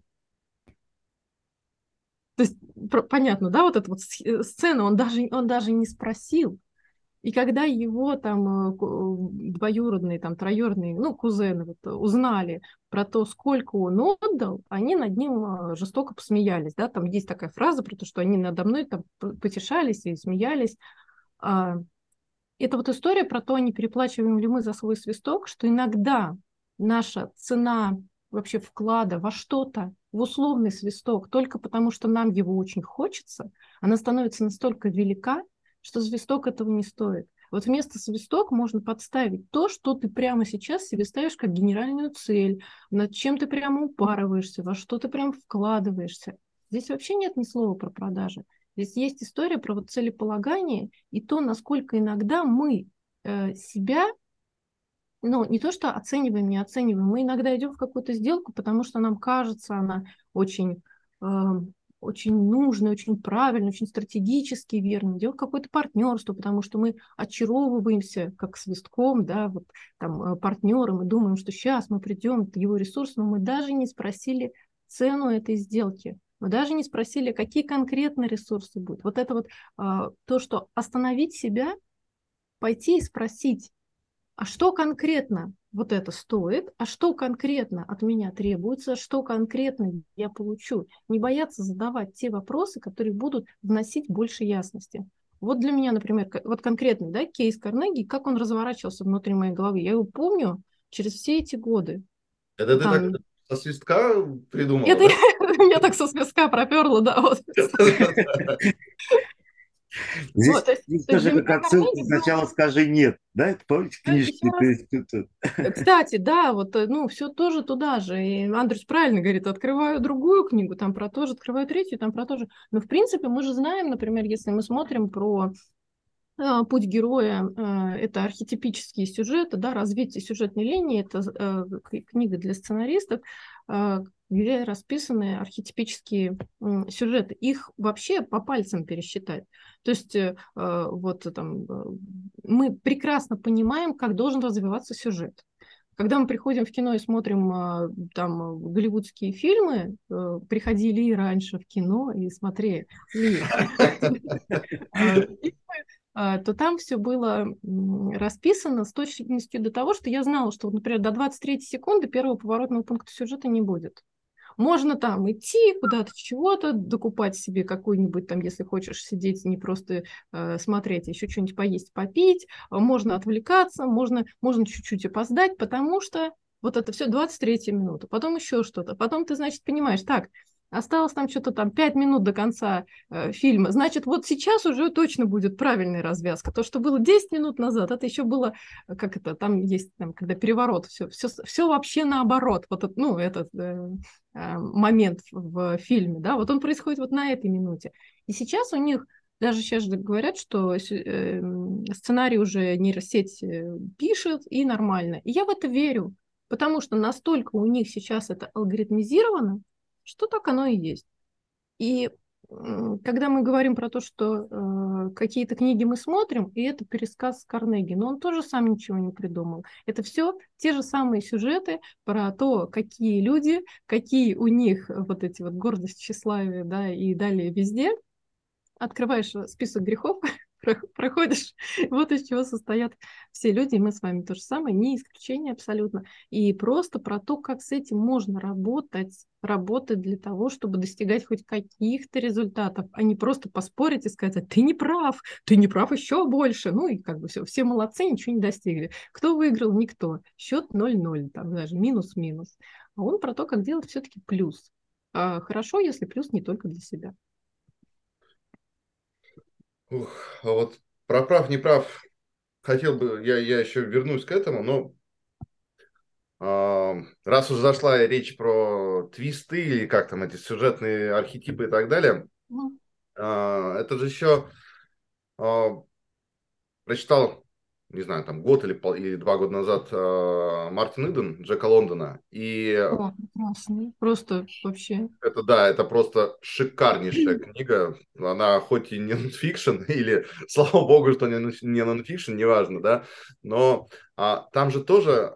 То есть, понятно, да, вот эта вот сцена, он даже, он даже не спросил. И когда его там двоюродные, там троюродные, ну, кузены вот, узнали про то, сколько он отдал, они над ним жестоко посмеялись, да, там есть такая фраза про то, что они надо мной там потешались и смеялись. Это вот история про то, не переплачиваем ли мы за свой свисток, что иногда наша цена вообще вклада во что-то, в условный свисток, только потому что нам его очень хочется, она становится настолько велика, что свисток этого не стоит. Вот вместо свисток можно подставить то, что ты прямо сейчас себе ставишь как генеральную цель, над чем ты прямо упарываешься, во что ты прямо вкладываешься. Здесь вообще нет ни слова про продажи. Здесь есть история про вот целеполагание и то, насколько иногда мы э, себя, ну, не то что оцениваем, не оцениваем, мы иногда идем в какую-то сделку, потому что нам кажется она очень, э, очень нужная, очень правильная, очень стратегически верной. Идем в какое-то партнерство, потому что мы очаровываемся как свистком, да, вот там партнером, и думаем, что сейчас мы придем к его ресурсу, но мы даже не спросили цену этой сделки. Мы даже не спросили, какие конкретно ресурсы будут. Вот это вот а, то, что остановить себя, пойти и спросить, а что конкретно вот это стоит, а что конкретно от меня требуется, что конкретно я получу. Не бояться задавать те вопросы, которые будут вносить больше ясности. Вот для меня, например, вот конкретный, да, кейс Карнеги, как он разворачивался внутри моей головы. Я его помню через все эти годы. Это ты Там... так со свистка придумала, это да? Меня так со свистка проперло, да. Вот. Здесь, вот, то есть, здесь то тоже как отсылка, сначала был... скажи нет, да, это помните книжки? То есть, кстати, да, вот, ну, все тоже туда же, и Андрюс правильно говорит, открываю другую книгу, там про то же, открываю третью, там про то же, но, в принципе, мы же знаем, например, если мы смотрим про э, путь героя, э, это архетипические сюжеты, да, развитие сюжетной линии, это э, книга для сценаристов, э, где расписаны архетипические э, сюжеты. Их вообще по пальцам пересчитать. То есть э, вот там, э, мы прекрасно понимаем, как должен развиваться сюжет. Когда мы приходим в кино и смотрим а, там голливудские фильмы, э, приходили и раньше в кино и смотрели, а, а, то там все было м, расписано с точностью до того, что я знала, что, вот, например, до двадцать третьей секунды первого поворотного пункта сюжета не будет. Можно там идти куда-то, чего-то, докупать себе какую-нибудь там, если хочешь сидеть, не просто э, смотреть, а еще что-нибудь поесть, попить. А можно отвлекаться, можно, можно чуть-чуть опоздать, потому что вот это все двадцать третья минута, потом еще что-то. Потом ты, значит, понимаешь, так, осталось там что-то там пять минут до конца э, фильма, значит, вот сейчас уже точно будет правильная развязка. То, что было десять минут назад, это еще было, э, как это, там есть, там, когда переворот, все, все, все вообще наоборот. Вот, это, ну, этот... Э, момент в фильме, да, вот он происходит вот на этой минуте. И сейчас у них, даже сейчас же говорят, что сценарий уже нейросеть пишет, и нормально. И я в это верю, потому что настолько у них сейчас это алгоритмизировано, что так оно и есть. И когда мы говорим про то, что э, какие-то книги мы смотрим, и это пересказ Карнеги, но он тоже сам ничего не придумал. Это все те же самые сюжеты про то, какие люди, какие у них вот эти вот гордость, тщеславие, да, и далее везде. Открываешь список грехов, проходишь, вот из чего состоят все люди, и мы с вами то же самое, не исключение абсолютно. И просто про то, как с этим можно работать, работать для того, чтобы достигать хоть каких-то результатов, а не просто поспорить и сказать, ты не прав, ты не прав еще больше. Ну и как бы все, все молодцы, ничего не достигли. Кто выиграл? Никто. Счет ноль-ноль, там даже минус-минус. А он про то, как делать все-таки плюс. А хорошо, если плюс не только для себя. Ух, а вот про прав, не прав, хотел бы, я, я еще вернусь к этому, но а, раз уже зашла речь про твисты или как там эти сюжетные архетипы и так далее, Ну, а, это же еще а, прочитал, не знаю, там год или, пол- или два года назад а, Мартин Иден, Джека Лондона, и о, прекрасный. Просто вообще. это да, это просто шикарнейшая книга. Она хоть и не нонфикшн, или слава богу, что не, нон- не нонфикшн, неважно, да, но а, там же тоже,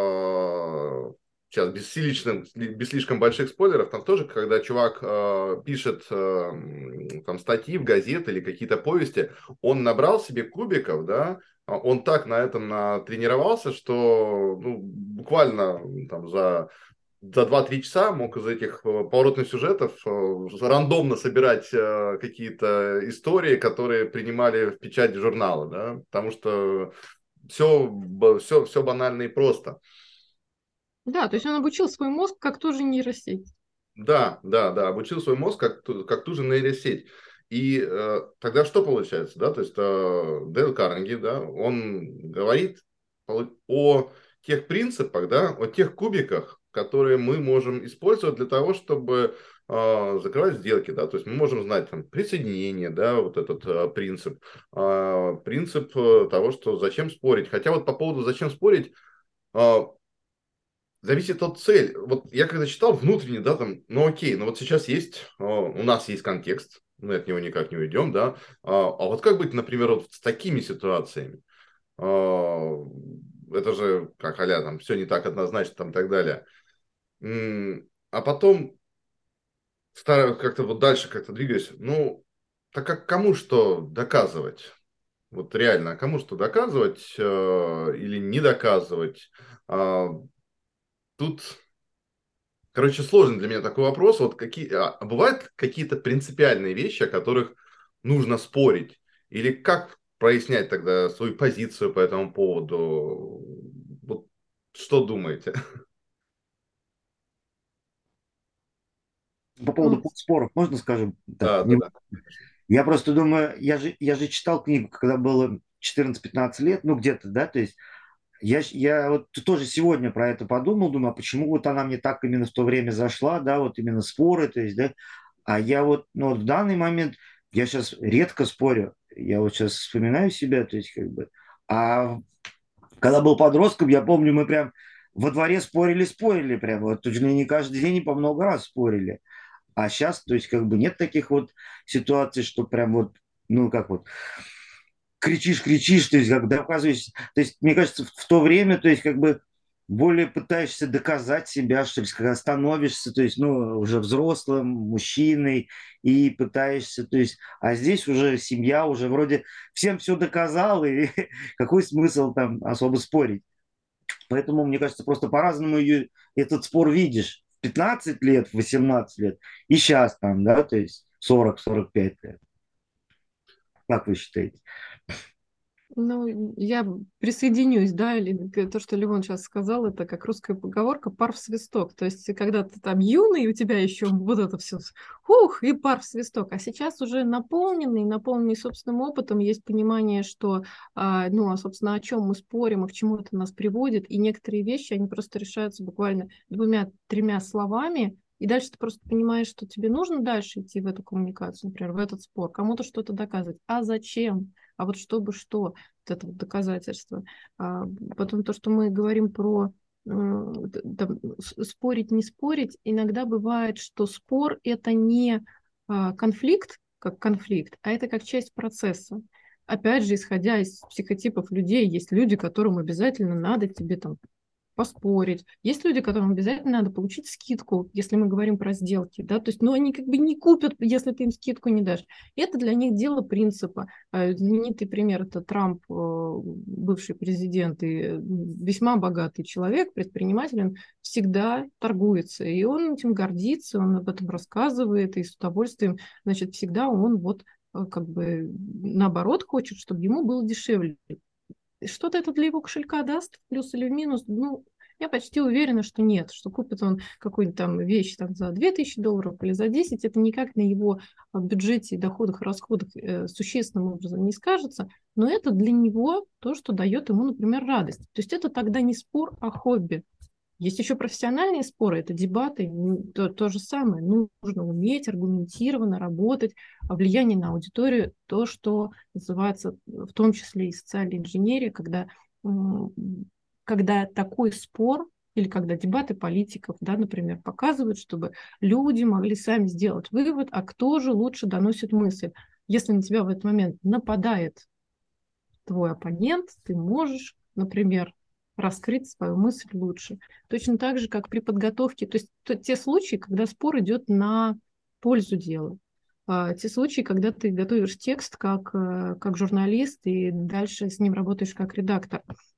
а, сейчас без, слишком, без слишком больших спойлеров, там тоже, когда чувак а, пишет а, м, там статьи в газеты или какие-то повести, он набрал себе кубиков, да, а он так на этом натренировался, что ну, буквально там за за два-три часа мог из этих э, поворотных сюжетов э, рандомно собирать э, какие-то истории, которые принимали в печать журнала, да, потому что все, все, все банально и просто. Да, то есть он обучил свой мозг, как тоже нейросеть. Да, да, да, обучил свой мозг как, ту- как ту же нейросеть. И э, тогда что получается, да, то есть э, Дейл Карнеги, да, он говорит о, о тех принципах, да, о тех кубиках, которые мы можем использовать для того, чтобы э, закрывать сделки, да, то есть мы можем знать там присоединение, да, вот этот э, принцип, э, принцип э, того, что зачем спорить. Хотя вот по поводу зачем спорить, э, зависит от цели. Вот я когда читал внутренне, да, там, ну окей, ну вот сейчас есть, э, у нас есть контекст, мы от него никак не уйдем, да, а, а вот как быть, например, вот с такими ситуациями? А, это же, как а там, все не так однозначно, там, и так далее. М, А потом стараюсь как-то вот дальше как-то двигаюсь, ну, так как кому что доказывать? Вот реально, а кому что доказывать э, или не доказывать? А, тут Короче, сложный для меня такой вопрос. Вот какие, а а бывают какие-то принципиальные вещи, о которых нужно спорить? Или как прояснять тогда свою позицию по этому поводу? Вот что думаете? По поводу Ну, споров, можно скажем так? Да, да, Не- да. Я просто думаю, я же, я же читал книгу, когда было четырнадцать-пятнадцать лет, ну где-то, да, то есть я, щ- я вот тоже сегодня про это подумал, думаю, а почему вот она мне так именно в то время зашла, да, вот именно споры, то есть, да, а я вот, ну, вот в данный момент, я сейчас редко спорю, я вот сейчас вспоминаю себя, то есть, как бы, а когда был подростком, я помню, мы прям во дворе спорили-спорили прям, вот чуть ли не каждый день и по много раз спорили. А сейчас, то есть, как бы нет таких вот ситуаций, что прям вот, ну, как вот, кричишь, кричишь, то есть, как доказываешь. То есть, мне кажется, в, в то время, то есть, как бы, более пытаешься доказать себя, что ли, когда становишься, то есть, ну, уже взрослым мужчиной и пытаешься, то есть, а здесь уже семья, уже вроде всем все доказал, и какой смысл там особо спорить? Поэтому, мне кажется, просто по-разному ее, этот спор видишь. В пятнадцать лет, в восемнадцать лет и сейчас там, да, то есть сорок-сорок пять лет. Как вы считаете? Ну, я присоединюсь, да, или к- то, что Левон сейчас сказал, это как русская поговорка «пар в свисток». То есть, когда ты там юный, у тебя еще вот это все, ух, и пар в свисток. А сейчас уже наполненный, наполненный собственным опытом, есть понимание, что, а, ну, а, собственно, о чем мы спорим и к чему это нас приводит. И некоторые вещи, они просто решаются буквально двумя-тремя словами, и дальше ты просто понимаешь, что тебе нужно дальше идти в эту коммуникацию, например, в этот спор, кому-то что-то доказывать. А зачем? А вот чтобы что? Вот это вот доказательство. А потом то, что мы говорим про м, т- там, с- спорить, не спорить, иногда бывает, что спор – это не а, конфликт, как конфликт, а это как часть процесса. Опять же, исходя из психотипов людей, есть люди, которым обязательно надо тебе там поспорить. Есть люди, которым обязательно надо получить скидку, если мы говорим про сделки, да, то есть, ну, они как бы не купят, если ты им скидку не дашь. Это для них дело принципа. А знаменитый пример – это Трамп, э, бывший президент и весьма богатый человек, предприниматель, он всегда торгуется, и он этим гордится, он об этом рассказывает, и с удовольствием, значит, всегда он вот э, как бы наоборот хочет, чтобы ему было дешевле. Что-то это для его кошелька даст, в плюс или в минус? Ну, я почти уверена, что нет, что купит он какую-нибудь там вещь там, за две тысячи долларов или за десять, это никак на его а, бюджете, доходах и расходах э, существенным образом не скажется, но это для него то, что дает ему, например, радость. То есть это тогда не спор, а хобби. Есть еще профессиональные споры, это дебаты, то, то же самое. Нужно уметь аргументированно работать, а влияние на аудиторию, то, что называется в том числе и социальная инженерия, когда, когда такой спор или когда дебаты политиков, да, например, показывают, чтобы люди могли сами сделать вывод, а кто же лучше доносит мысль. Если на тебя в этот момент нападает твой оппонент, ты можешь, например, раскрыть свою мысль лучше. Точно так же, как при подготовке, то есть то, те случаи, когда спор идет на пользу дела. А, те случаи, когда ты готовишь текст как, э, как журналист и дальше с ним работаешь как редактор.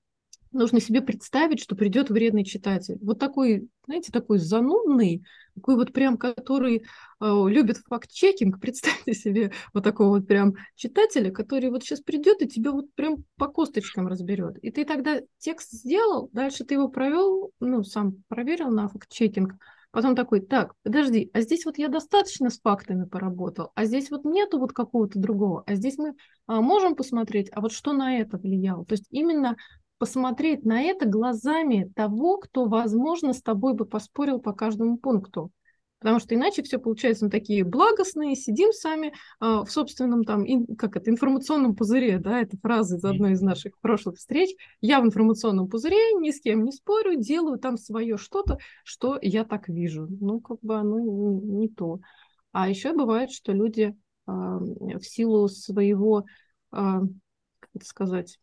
Нужно себе представить, что придет вредный читатель. Вот такой, знаете, такой занудный, такой вот прям, который э, любит факт-чекинг. Представьте себе вот такого вот прям читателя, который вот сейчас придет и тебя вот прям по косточкам разберет. И ты тогда текст сделал, дальше ты его провел, ну, сам проверил на факт-чекинг, потом такой, так, подожди, а здесь вот я достаточно с фактами поработал, а здесь вот нету вот какого-то другого, а здесь мы а, можем посмотреть, а вот что на это влияло. То есть именно посмотреть на это глазами того, кто, возможно, с тобой бы поспорил по каждому пункту. Потому что иначе все получается, мы такие благостные, сидим сами э, в собственном там, ин, как это, информационном пузыре, да, это фраза из одной из наших прошлых встреч. Я в информационном пузыре, ни с кем не спорю, делаю там свое что-то, что я так вижу. Ну, как бы оно не, не то. А еще бывает, что люди э, в силу своего, э, как это сказать,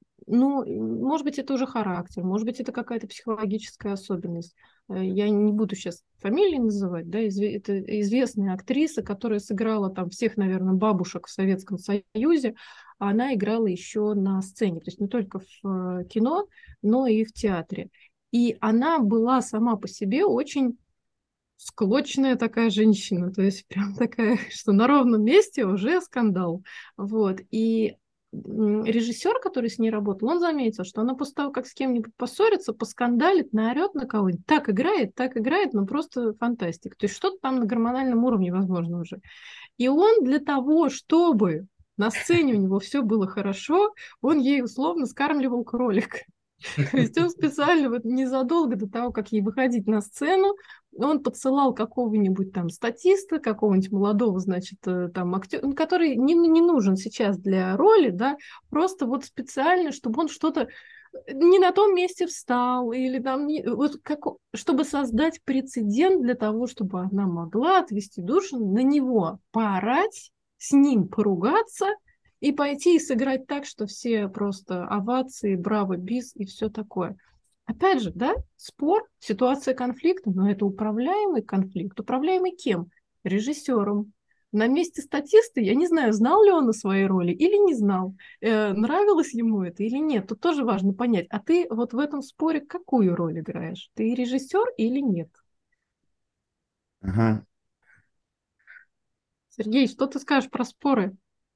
ну, может быть, это уже характер, может быть, это какая-то психологическая особенность. Э, Я не буду сейчас фамилии называть, да, изве- это известная актриса, которая сыграла там всех, наверное, бабушек в Советском Союзе, а она играла еще на сцене, то есть не только в э, кино, но и в театре. И она была сама по себе очень склочная такая женщина, то есть прям такая, что на ровном месте уже скандал. Вот. И м, режиссер, который с ней работал, он заметил, что она после того, как с кем-нибудь поссорится, поскандалит, наорет на кого-нибудь, так играет, так играет, ну просто фантастика. То есть что-то там на гормональном уровне возможно уже. И он для того, чтобы на сцене у него все было хорошо, он ей условно скармливал кролик. То есть он специально вот незадолго до того, как ей выходить на сцену, он подсылал какого-нибудь там статиста, какого-нибудь молодого, значит, э, там актера, который не, не нужен сейчас для роли, да, просто вот специально, чтобы он что-то не на том месте встал, или там, не, вот как, чтобы создать прецедент для того, чтобы она могла отвести душу на него, поорать, с ним поругаться, и пойти и сыграть так, что все просто овации, браво, бис и все такое. Опять же, да, спор, ситуация конфликта, но это управляемый конфликт. Управляемый кем? Режиссером. На месте статиста я не знаю, знал ли он о своей роли или не знал, э, нравилось ему это или нет. Тут тоже важно понять, а ты вот в этом споре какую роль играешь? Ты режиссер или нет? Ага. Сергей, что ты скажешь про споры?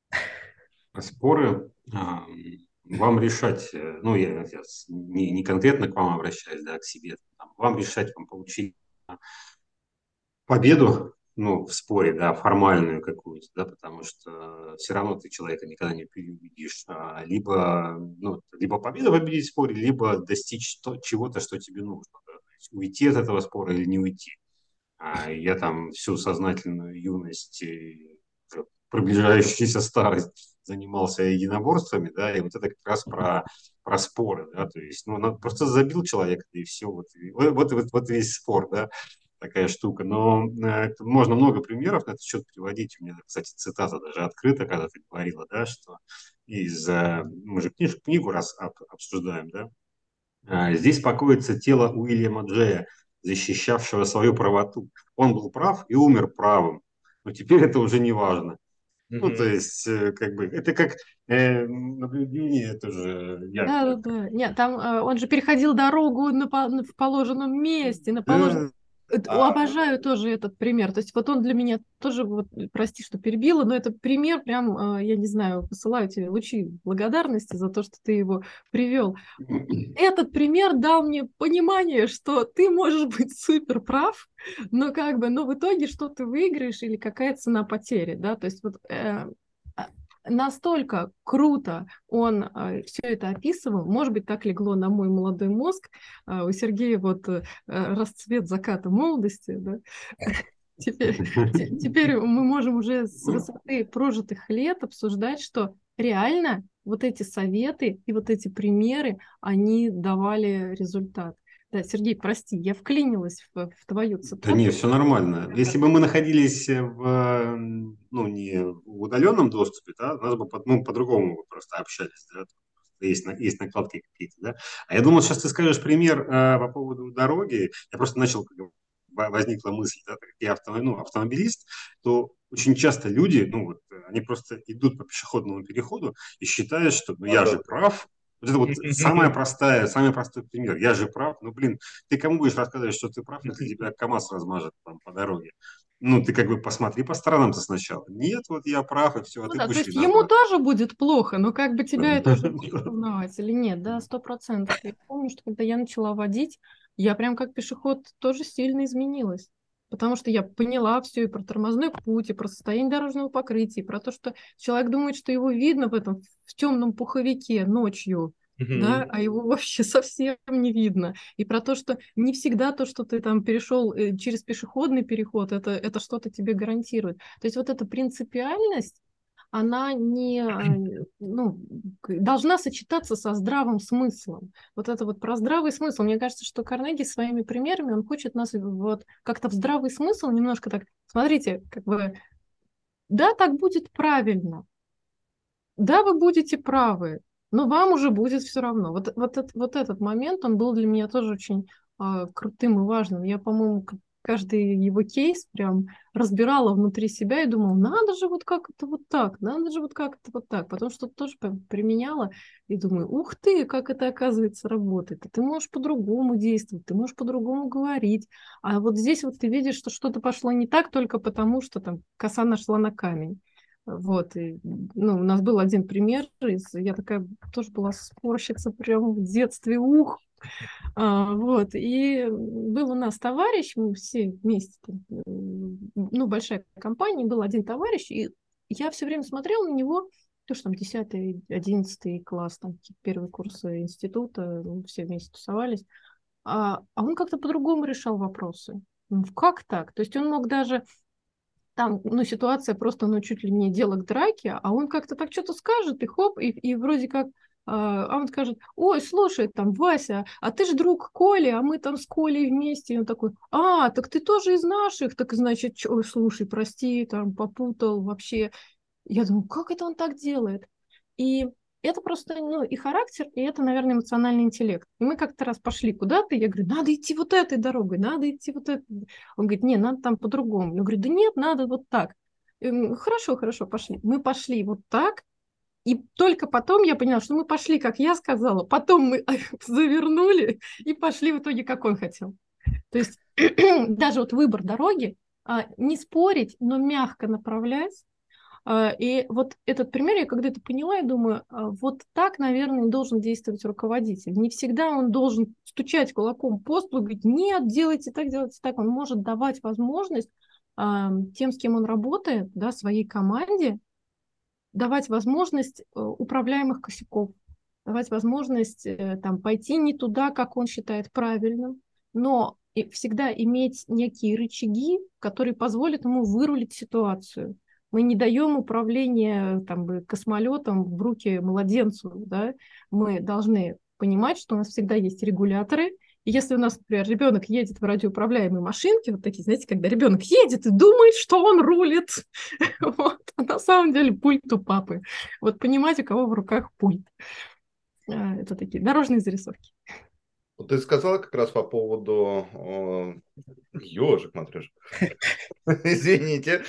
Споры а, вам решать, э, ну, я, я с- не, не конкретно к вам обращаюсь, да, а к себе, там, вам решать, вам получить а, победу, ну, в споре, да, формальную какую-то, да, потому что все равно ты человека никогда не переубедишь. А, либо, ну, либо победу победить в споре, либо достичь то, чего-то, что тебе нужно. Да, то есть уйти от этого спора или не уйти. А я там всю сознательную юность и уже приближающуюся старость занимался единоборствами, да, и вот это как раз про, про споры, да, то есть, ну, надо- просто забил человека, и все, вот, и- вот, вот, вот, вот весь спор, да, такая штука. Но э, это можно много примеров на этот счет приводить. У меня, кстати, цитата даже открыта, когда ты говорила, да, что из, э, мы же книжку, книгу раз об- обсуждаем, да, а, здесь покоится тело Уильяма Джея, защищавшего свою правоту. Он был прав и умер правым. Но теперь это уже не важно. Ну, то Мгм. есть, э, как бы, это как э, наблюдение тоже. Я, Да, да, да. Нет, там э, он же переходил дорогу на, по- на- в положенном месте, на положенном. да, Это- А, Обожаю тоже этот пример. То есть вот он для меня тоже, вот, прости, что перебила, но это пример прям, э, я не знаю, посылаю тебе лучи благодарности за то, что ты его привел. Этот пример дал мне понимание, что ты можешь быть супер прав, но как бы, но в итоге что ты выиграешь или какая цена потери, да, то есть вот э, а, настолько круто он все это описывал, может быть, так легло на мой молодой мозг, а у Сергея вот э, расцвет заката молодости, да, теперь, те- теперь мы можем уже с высоты прожитых лет обсуждать, что реально вот эти советы и вот эти примеры, они давали результат. Да, Сергей, прости, я вклинилась в, в твою Да не, цитату. все нормально. Если бы мы находились в, э, ну, не в удаленном доступе, да, нас бы по- ну, по-другому бы просто общались, да, есть, на- есть накладки какие-то, да. А я думал, сейчас ты скажешь пример э, по поводу дороги. Я просто начал, как бы, во- возникла мысль, да, так как я автом- ну, автомобилист, то очень часто люди, ну, вот, э, они просто идут по пешеходному переходу и считают, что, ну, я же да-да-да. прав. Вот это вот самая простая, самый простой пример. Я же прав. Ну, блин, ты кому будешь рассказывать, что ты прав, если тебя КамАЗ размажет там по дороге? Ну, ты как бы посмотри по сторонам-то сначала. Нет, вот я прав, и все, а Ну ты да, то пошли есть ему назад. тоже будет плохо, но как бы тебя это уже будет волновать или нет, да, сто процентов. Я помню, что когда я начала водить, я прям как пешеход тоже сильно изменилась. Потому что я поняла все и про тормозной путь, и про состояние дорожного покрытия, и про то, что человек думает, что его видно в этом в темном пуховике ночью, да, Мгм. а его вообще совсем не видно. И про то, что не всегда то, что ты там перешел э, через пешеходный переход, это, это что-то тебе гарантирует. То есть вот эта принципиальность, она не, э, ну, к- должна сочетаться со здравым смыслом. Вот это вот про здравый смысл. Мне кажется, что Карнеги своими примерами, он хочет нас вот как-то в здравый смысл немножко так, смотрите, как бы, да, так будет правильно, да, вы будете правы, но вам уже будет все равно. Вот, вот, этот, вот этот момент, он был для меня тоже очень а, крутым и важным. Я, по-моему, к- каждый его кейс прям разбирала внутри себя и думала, надо же вот как это вот так, надо же вот как это вот так. Потом что-то тоже прям применяла и думаю, ух ты, как это оказывается работает. И ты можешь по-другому действовать, ты можешь по-другому говорить. А вот здесь вот ты видишь, что что-то пошло не так только потому, что там коса нашла на камень. Вот, и, ну, у нас был один пример, из, я такая тоже была спорщица прямо в детстве, ух, а, вот, и был у нас товарищ, мы все вместе, там, э, ну, большая компания, был один товарищ, и я все время смотрела на него, то, что там десятый, одиннадцатый класс, там, какие-то первые курсы института, ну, все вместе тусовались, а, а он как-то по-другому решал вопросы. Ну, как так? То есть он мог даже там, ну, ситуация просто, ну, чуть ли не дело к драке, а он как-то так что-то скажет, и хоп, и, и вроде как, а а он скажет, ой, слушай, там, Вася, а ты же друг Коли, а мы там с Колей вместе. И он такой, а, так ты тоже из наших? Так, значит, чё, ой, слушай, прости, там, попутал вообще. Я думаю, как это он так делает? И Это просто, ну, и характер, и это, наверное, эмоциональный интеллект. И мы как-то раз пошли куда-то, и я говорю, надо идти вот этой дорогой, надо идти вот этой. Он говорит, нет, надо там по-другому. Я говорю, да нет, надо вот так. Я говорю, хорошо, хорошо, пошли. Мы пошли вот так, и только потом я поняла, что мы пошли, как я сказала, потом мы завернули и пошли в итоге, как он хотел. То есть даже вот выбор дороги, а, не спорить, но мягко направлять. А, и вот этот пример, я когда это поняла, я думаю, а, вот так, наверное, должен действовать руководитель. Не всегда он должен стучать кулаком по столу и говорить, нет, делайте так, делайте так. Он может давать возможность а, тем, с кем он работает, да, своей команде, давать возможность э, управляемых косяков, давать возможность э, там, пойти не туда, как он считает правильным, но и всегда иметь некие рычаги, которые позволят ему вырулить ситуацию. Мы не даем управление там, бы, космолетом в руки младенцу. Да? Мы должны понимать, что у нас всегда есть регуляторы. И если у нас, например, ребенок едет в радиоуправляемой машинке, вот такие, знаете, когда ребенок едет и думает, что он рулит, вот, а на самом деле пульт у папы. Вот понимать, у кого в руках пульт. А, это такие дорожные зарисовки. Вот ты сказала как раз по поводу э, ежик, матрёшка. Извините.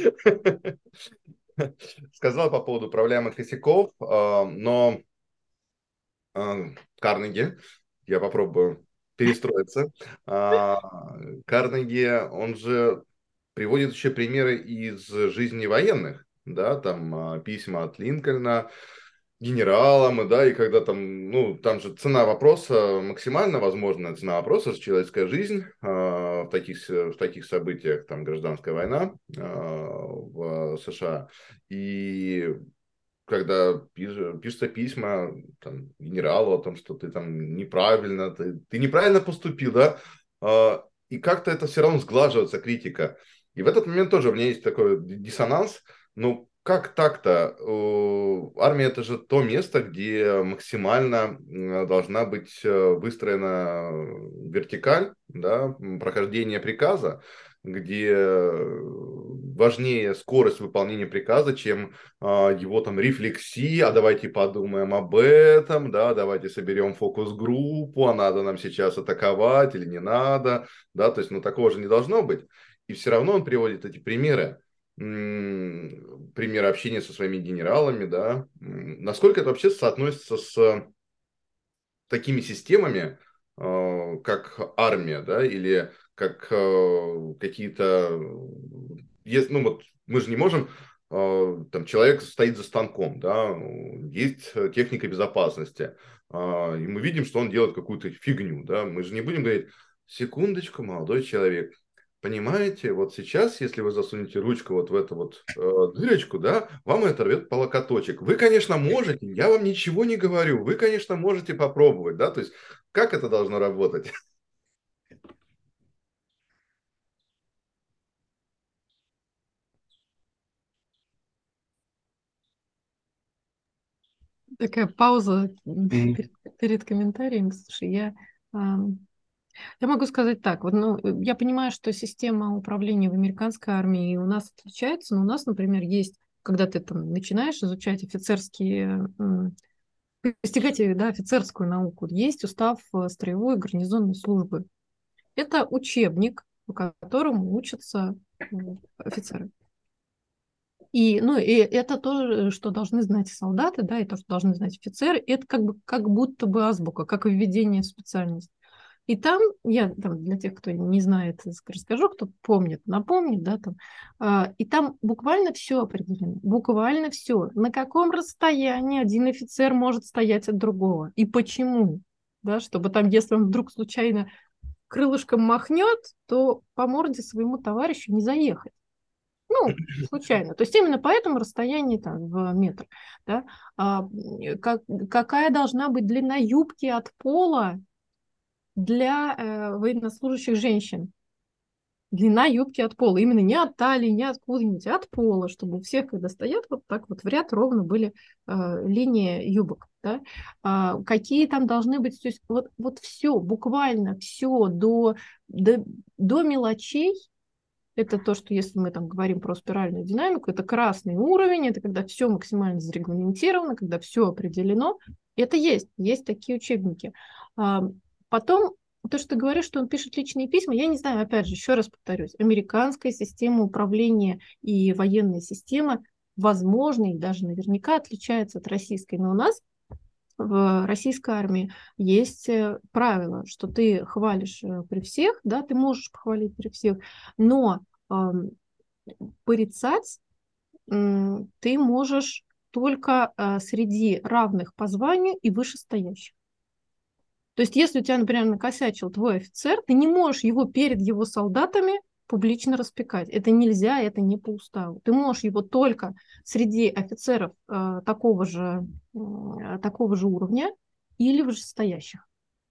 Сказала по поводу управляемых косяков, э, но э, Карнеги, я попробую перестроиться. Э, Карнеги, он же приводит еще примеры из жизни военных, да, там э, письма от Линкольна генералам, и, да, и когда там, ну, там же цена вопроса, максимально возможная цена вопроса, человеческая жизнь э, в, таких, в таких событиях, там, гражданская война э, в США, и когда пиш, пишутся письма там, генералу о том, что ты там неправильно, ты, ты неправильно поступил, да, э, и как-то это все равно сглаживается, критика. И в этот момент тоже у меня есть такой диссонанс, ну, как так-то? Армия – это же то место, где максимально должна быть выстроена вертикаль, да, прохождение приказа, где важнее скорость выполнения приказа, чем его там рефлексия, а давайте подумаем об этом, да, давайте соберем фокус-группу, а надо нам сейчас атаковать или не надо, да, то есть, ну, такого же не должно быть. И все равно он приводит эти примеры. Пример общения со своими генералами, да, насколько это вообще соотносится с такими системами, как армия, да, или как какие-то, ну вот мы же не можем, там человек стоит за станком, да, есть техника безопасности, и мы видим, что он делает какую-то фигню, да, мы же не будем говорить, секундочку, молодой человек, понимаете, вот сейчас, если вы засунете ручку вот в эту вот э, дырочку, да, вам это рвет по локоточек. Вы, конечно, можете, я вам ничего не говорю, вы, конечно, можете попробовать, да, то есть как это должно работать? Такая пауза перед, перед комментарием. Слушай, я... Я могу сказать так, вот, ну, я понимаю, что система управления в американской армии у нас отличается, но у нас, например, есть, когда ты там начинаешь изучать офицерские, постигать, да, офицерскую науку, есть устав строевой гарнизонной службы. Это учебник, по которому учатся офицеры. И, ну, и это то, что должны знать солдаты, да, и то, что должны знать офицеры, это как бы как будто бы азбука, как введение в специальность. И там, я там, для тех, кто не знает, расскажу, кто помнит, напомнит, да, там, а, и там буквально все определено, буквально все. На каком расстоянии один офицер может стоять от другого и почему, да, чтобы там, если он вдруг случайно крылышком махнет, то по морде своему товарищу не заехать. Ну, случайно. То есть именно по этому расстоянию там, в метр. Да, а, как, какая должна быть длина юбки от пола для э, военнослужащих женщин. Длина юбки от пола. Именно не от талии, не откуда-нибудь, а от пола, чтобы у всех, когда стоят, вот так вот в ряд ровно были э, линии юбок. Да? А, какие там должны быть, то есть вот, вот все, буквально все до, до, до мелочей Это то, что если мы там говорим про спиральную динамику, это красный уровень, это когда все максимально зарегламентировано, когда все определено. Это есть, есть такие учебники. А, Потом, то, что ты говоришь, что он пишет личные письма, я не знаю, опять же, еще раз повторюсь, американская система управления и военная система, возможно, и даже наверняка отличается от российской, но у нас в российской армии есть э, правило, что ты хвалишь э, при всех, да, ты можешь похвалить при всех, но ам, порицать м, ты можешь только а, среди равных по званию и вышестоящих. То есть, если у тебя, например, накосячил твой офицер, ты не можешь его перед его солдатами публично распекать. Это нельзя, это не по уставу. Ты можешь его только среди офицеров э, такого же, э, такого же уровня или вышестоящих.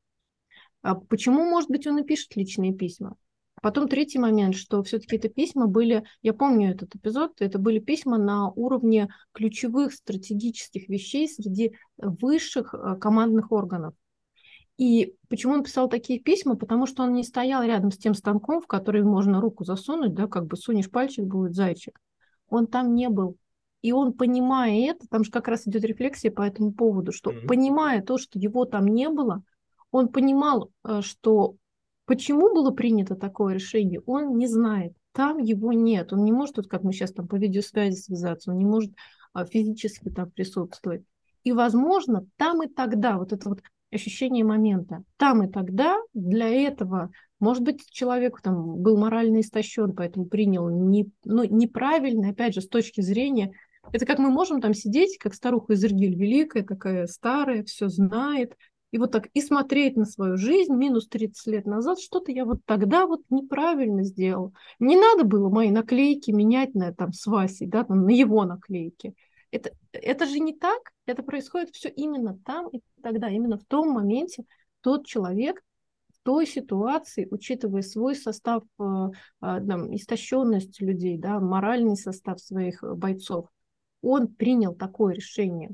А почему, может быть, он и пишет личные письма? Потом третий момент, что все-таки это письма были, я помню этот эпизод, это были письма на уровне ключевых стратегических вещей среди высших э, командных органов. И почему он писал такие письма? Потому что он не стоял рядом с тем станком, в который можно руку засунуть, да, как бы сунешь пальчик, будет зайчик. Он там не был. И он, понимая это, там же как раз идет рефлексия по этому поводу, что mm-hmm. понимая то, что его там не было, он понимал, что почему было принято такое решение, он не знает. Там его нет. Он не может, вот как мы сейчас там по видеосвязи связаться, он не может физически там присутствовать. И, возможно, там и тогда вот это вот ощущение момента. Там и тогда для этого, может быть, человек там был морально истощен, поэтому принял не, ну, неправильно, опять же, с точки зрения, это как мы можем там сидеть, как старуха из Иргиль великая, такая старая, все знает, и вот так и смотреть на свою жизнь минус тридцать лет назад, что-то я вот тогда вот неправильно сделал. Не надо было мои наклейки менять на, там, с Васей, да, там, на его наклейки. Это, это же не так, это происходит все именно там и тогда, именно в том моменте тот человек в той ситуации, учитывая свой состав, там, истощенность людей, да, моральный состав своих бойцов, он принял такое решение.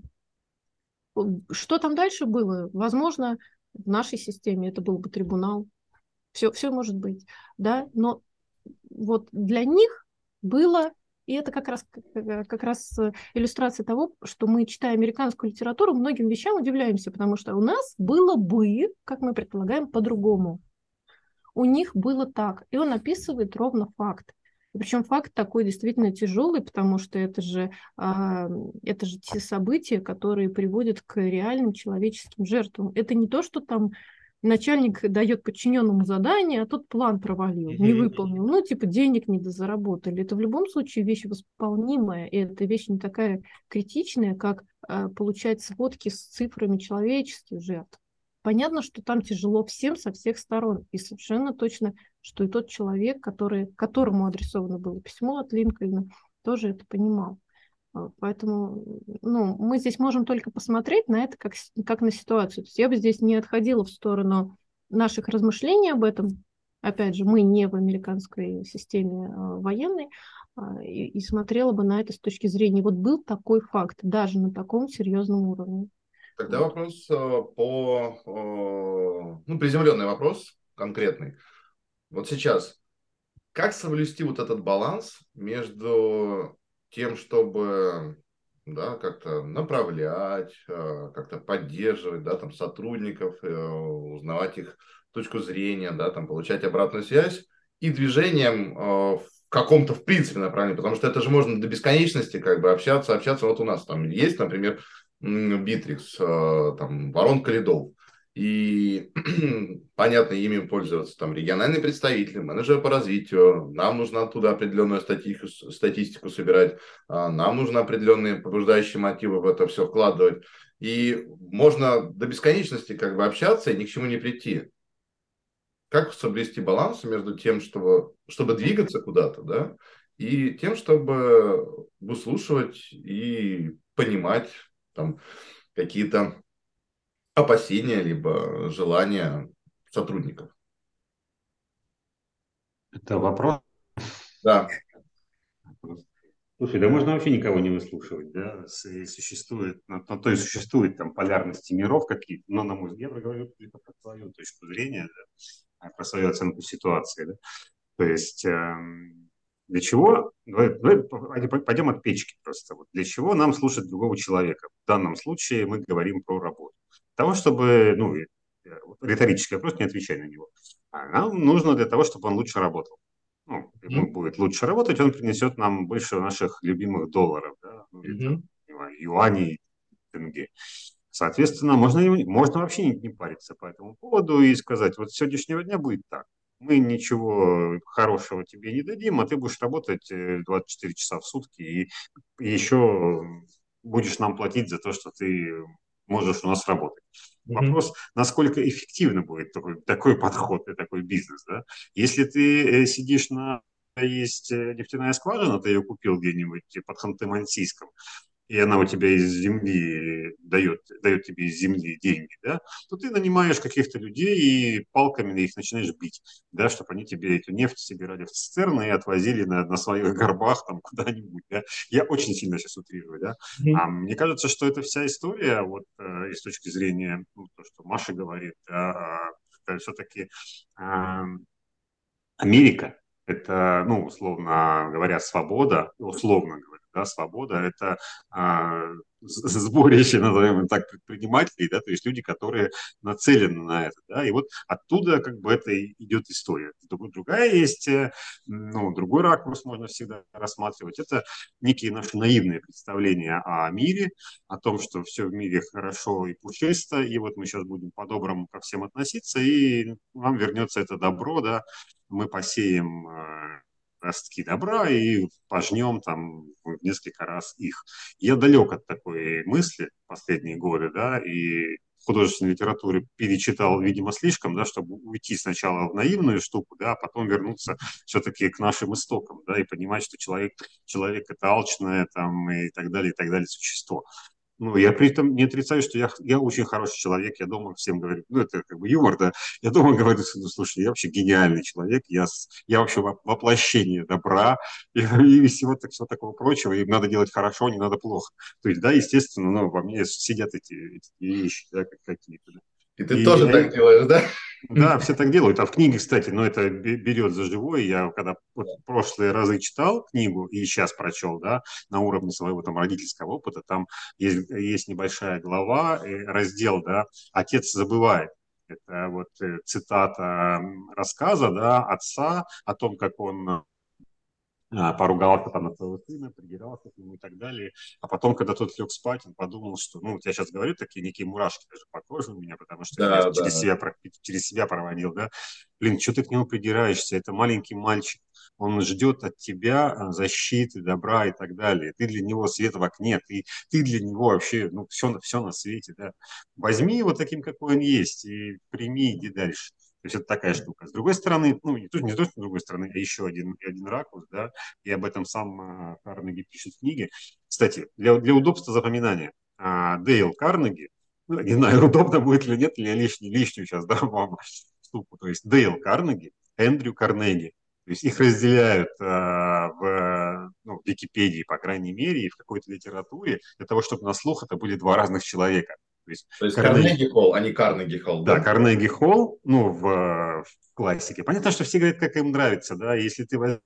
Что там дальше было? Возможно, в нашей системе это был бы трибунал. Все, все может быть, да, но вот для них было. И это как раз, как раз иллюстрация того, что мы, читая американскую литературу, многим вещам удивляемся, потому что у нас было бы, как мы предполагаем, по-другому. У них было так. И он описывает ровно факт. И причем факт такой действительно тяжелый, потому что это же, а, это же те события, которые приводят к реальным человеческим жертвам. Это не то, что там начальник дает подчиненному задание, а тот план провалил, не выполнил. Ну, типа, денег не дозаработали. Это в любом случае вещь восполнимая, и эта вещь не такая критичная, как э, получать сводки с цифрами человеческих жертв. Понятно, что там тяжело всем со всех сторон. И совершенно точно, что и тот человек, который, которому адресовано было письмо от Линкольна, тоже это понимал. Поэтому ну, мы здесь можем только посмотреть на это как, как на ситуацию. То есть я бы здесь не отходила в сторону наших размышлений об этом. Опять же, мы не в американской системе а, военной, а, и, и смотрела бы на это с точки зрения, вот был такой факт, даже на таком серьезном уровне. Тогда вот. Вопрос по... Ну, приземленный вопрос, конкретный. Вот сейчас, как соблюсти вот этот баланс между тем, чтобы да, как-то направлять, как-то поддерживать да, там, сотрудников, узнавать их точку зрения, да, там, получать обратную связь и движением в каком-то, в принципе, направлении, потому что это же можно до бесконечности как бы общаться, общаться. Вот у нас там есть, например, Битрикс, там, воронка лидов. И понятно, ими пользоваться там региональные представители, менеджеры по развитию. Нам нужно оттуда определенную статистику, статистику собирать. Нам нужно определенные побуждающие мотивы в это все вкладывать. И можно до бесконечности как бы общаться и ни к чему не прийти. Как соблюсти баланс между тем, чтобы, чтобы двигаться куда-то, да, и тем, чтобы выслушивать и понимать там какие-то опасения, либо желания сотрудников. Это вопрос? Да. Слушай, да можно вообще никого не выслушивать, да, существует, ну, то есть существует там полярности миров какие-то, но, на мой взгляд, я говорю только про свою точку зрения, да, про свою оценку ситуации, да, то есть, э, для чего, давай, давай пойдем от печки просто. Вот для чего нам слушать другого человека? В данном случае мы говорим про работу. Для того, чтобы, ну, риторический вопрос, не отвечай на него. А нам нужно для того, чтобы он лучше работал. Ну, ему Мгм. будет лучше работать, он принесет нам больше наших любимых долларов, да, ну, или там, Мгм. не знаю, юаней, тенге. Соответственно, можно, не- можно вообще не, не париться по этому поводу и сказать, вот с сегодняшнего дня будет так. Мы ничего хорошего тебе не дадим, а ты будешь работать э, двадцать четыре часа в сутки и еще будешь нам платить за то, что ты можешь у нас работать. Мгм. Вопрос, насколько эффективно будет такой, такой подход и такой бизнес. Да? Если ты э, сидишь на есть э, нефтяная скважина, ты ее купил где-нибудь под Ханты-Мансийском, и она у тебя из земли дает, дает тебе из земли деньги, да, то ты нанимаешь каких-то людей и палками их начинаешь бить, да, чтобы они тебе эту нефть собирали в цистерны и отвозили на, на своих горбах там куда-нибудь, да. Я очень сильно сейчас утрирую, да. Мгм. А мне кажется, что эта вся история, вот э, и с точки зрения, ну, то, что Маша говорит, да, а, все-таки а, Америка, это, ну, условно говоря, свобода, условно говоря, да, свобода, это а, с- сборище, назовем так, предпринимателей, да, то есть люди, которые нацелены на это, да, и вот оттуда как бы это и идет история. Друг- Другая есть, э, ну, другой ракурс можно всегда рассматривать, это некие наши наивные представления о мире, о том, что все в мире хорошо и пушисто, и вот мы сейчас будем по-доброму ко всем относиться, и нам вернется это добро, да, мы посеем э, ростки добра и пожнем там в несколько раз их. Я далек от такой мысли последние годы, да, и в художественной литературе перечитал, видимо, слишком, да, чтобы уйти сначала в наивную штуку, да, а потом вернуться все-таки к нашим истокам, да, и понимать, что человек, человек это алчное там и так далее, и так далее существо. Ну, я при этом не отрицаю, что я, я очень хороший человек, я дома всем говорю, ну, это как бы юмор, да, я дома говорю, ну, слушай, я вообще гениальный человек, я, с- я вообще во- воплощение добра и, и всего, так, всего такого прочего, и надо делать хорошо, не надо плохо. То есть, да, естественно, ну, во мне сидят эти, эти вещи, да, как какие-то. Да. И ты И, тоже а, так делаешь, да? да, все так делают. А в книге, кстати, ну это бе- берет за живое. Я когда вот в прошлые разы читал книгу и сейчас прочел, да, на уровне своего там родительского опыта, там есть, есть небольшая глава, э, раздел, да, «Отец забывает». Это вот э, цитата м, рассказа, да, отца о том, как он а, поругался там на своего сына, придирался к нему и так далее. А потом, когда тот лег спать, он подумал, что, ну, вот я сейчас говорю, такие некие мурашки даже по коже у меня, потому что это я Да, через да. себя, про- через себя проводил, да. Блин, что ты к нему придираешься? Это маленький мальчик. Он ждет от тебя а, защиты, добра и так далее. Ты для него свет в окне, ты, ты для него вообще, ну, все, все на свете, да. Возьми его таким, какой он есть, и прими, иди дальше. То есть это такая штука. С другой стороны, ну, не то, не то, что с другой стороны, а еще один, один ракурс, да, и об этом сам а, Карнеги пишет в книге. Кстати, для, для удобства запоминания, а, Дейл Карнеги, ну, не знаю, удобно будет или нет, или я лишнюю, лишнюю сейчас дам вам штуку. То есть Дейл Карнеги, Эндрю Карнеги. То есть их разделяют а, в ну, Википедии, по крайней мере, и в какой-то литературе, для того, чтобы на слух это были два разных человека. То есть То есть Карнеги, Карнеги Холл, а не Карнеги Холл, да, да? Карнеги Холл, ну, в, в классике. Понятно, что все говорят, как им нравится, да, если ты возьмешь...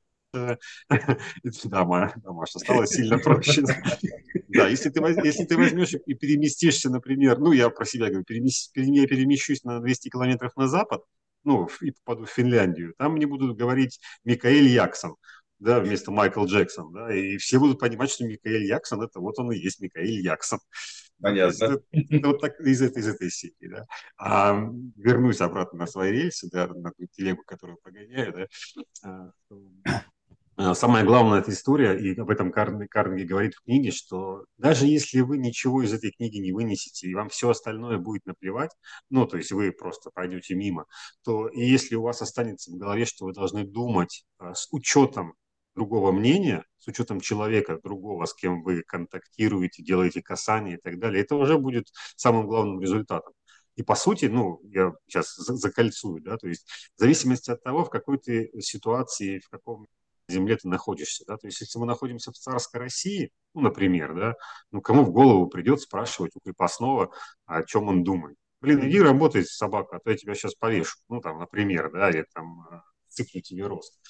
Да, Ма- да, Маша, стало сильно проще. Да, если ты, воз- если ты возьмешь и переместишься, например, ну, я про себя говорю, перемес- пере- я перемещусь на двести километров на запад, ну, и попаду в Финляндию, там мне будут говорить Микаэль Яксон, да, вместо Майкл Джексон, да, и все будут понимать, что Микаэль Яксон, это вот он и есть Микаэль Яксон. Ну, то есть Понятно. это, это вот так из этой, из этой серии, да. А, вернусь обратно на свои рельсы, да, на ту телегу, которую погоняю, да. А, а, Самая главная эта история, и об этом Карн- Карнеги говорит в книге, что даже если вы ничего из этой книги не вынесете, и вам все остальное будет наплевать, ну, то есть вы просто пройдете мимо, то и если у вас останется в голове, что вы должны думать а, с учетом другого мнения, с учетом человека другого, с кем вы контактируете, делаете касания и так далее, это уже будет самым главным результатом. И по сути, ну, я сейчас за- закольцую, да, то есть в зависимости от того, в какой ты ситуации, в каком земле ты находишься, да, то есть если мы находимся в царской России, ну, например, да, ну, кому в голову придет спрашивать у крепостного, о чем он думает. Блин, иди работай, собака, а то я тебя сейчас повешу, ну, там, например, да, или там э, цыплю тебе рост.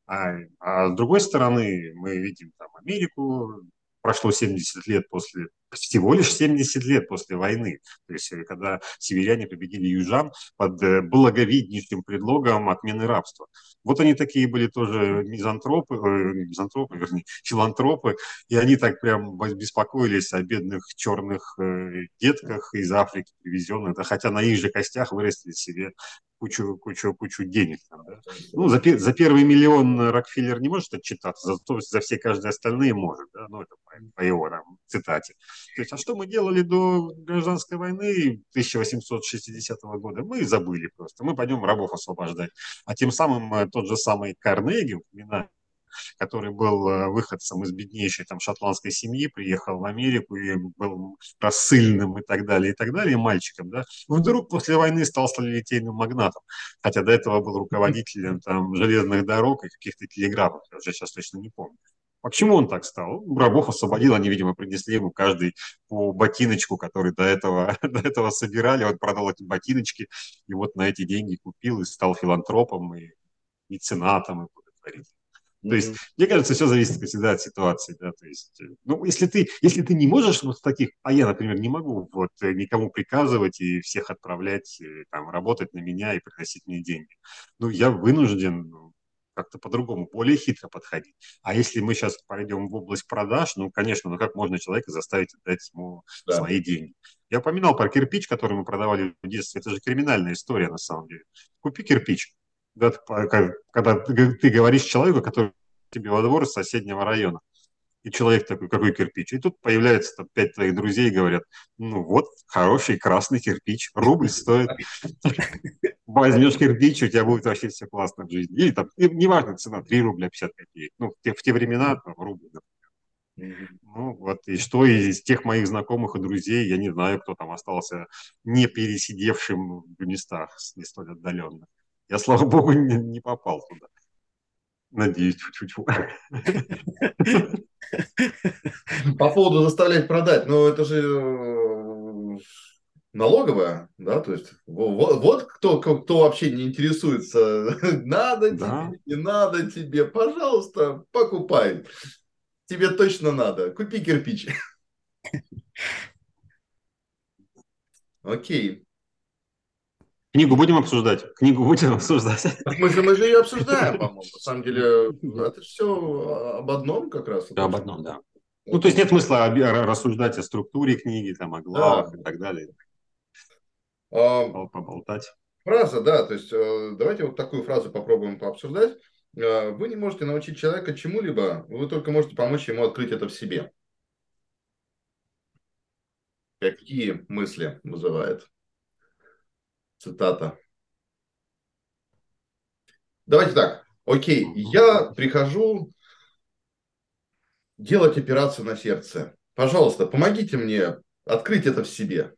А, а с другой стороны, мы видим там Америку, прошло семьдесят лет после, всего лишь семьдесят лет после войны, то есть э, когда северяне победили южан под э, благовиднейшим предлогом отмены рабства. Вот они такие были тоже мизантропы, э, мизантропы, вернее, филантропы, и они так прям беспокоились о бедных черных э, детках из Африки привезенных, да, хотя на их же костях вырастили себе кучу, кучу, кучу денег. Там, да. Ну, за, пе- за первый миллион Рокфеллер не может отчитаться, зато за все каждые остальные может, да, ну, это по, по его там, цитате. То есть, а что мы делали до гражданской войны тысяча восемьсот шестидесятого года? Мы забыли просто, мы пойдем рабов освобождать. А тем самым э, тот же самый Карнеги, упоминаю, который был э, выходцем из беднейшей там шотландской семьи, приехал в Америку и был рассыльным и так далее, и так далее, мальчиком, да, вдруг после войны стал сталелитейным магнатом, хотя до этого был руководителем там железных дорог и каких-то телеграфов, я уже сейчас точно не помню. Почему он так стал? Рабов освободил, они, видимо, принесли ему каждый по ботиночку, который до этого, до этого собирали, он продал эти ботиночки, и вот на эти деньги купил и стал филантропом, и меценатом, и благотворителем. То есть, Мгм. мне кажется, все зависит всегда от ситуации, да, то есть, э, ну, если ты, если ты не можешь вот таких, а я, например, не могу вот э, никому приказывать и всех отправлять э, там работать на меня и приносить мне деньги, ну, я вынужден ну, как-то по-другому, более хитро подходить. А если мы сейчас пойдем в область продаж, ну, конечно, ну, как можно человека заставить отдать ему Да. свои деньги? Я упоминал про кирпич, который мы продавали в детстве, это же криминальная история на самом деле. Купи кирпич, да, когда ты, ты говоришь человеку, который тебе во двор из соседнего района, и человек такой, какой кирпич? И тут появляются там пять твоих друзей и говорят, ну вот, хороший красный кирпич, рубль стоит. Возьмешь кирпич, у тебя будет вообще все классно в жизни. Или там, неважно, цена, три рубля пятьдесят копеек. Ну, в те, в те времена, там, рубль, да. Мгм. Ну, вот, и что из тех моих знакомых и друзей, я не знаю, кто там остался не пересидевшим в местах не столь отдаленных. Я, слава богу, не, не попал туда. Надеюсь, чуть-чуть. По поводу заставлять продать, ну это же э, налоговая, да, то есть во- во- вот кто, кто, кто вообще не интересуется, надо Да, тебе, не надо тебе, пожалуйста, покупай, тебе точно надо, купи кирпич. Окей. книгу будем обсуждать? Книгу будем обсуждать? Так мы же, мы же ее обсуждаем, по-моему. На самом деле, это все об одном как раз. Это Да, об очень, одном, да. Ну, то есть очень... нет смысла оби- ра- рассуждать о структуре книги, там, о Да. главах и так далее, А, Побол- поболтать. фраза, да, то есть э, давайте вот такую фразу попробуем пообсуждать. Э, Вы не можете научить человека чему-либо, вы только можете помочь ему открыть это в себе. Какие мысли вызывает цитата? Давайте так. Окей, Мгм. я прихожу делать операцию на сердце. Пожалуйста, помогите мне открыть это в себе.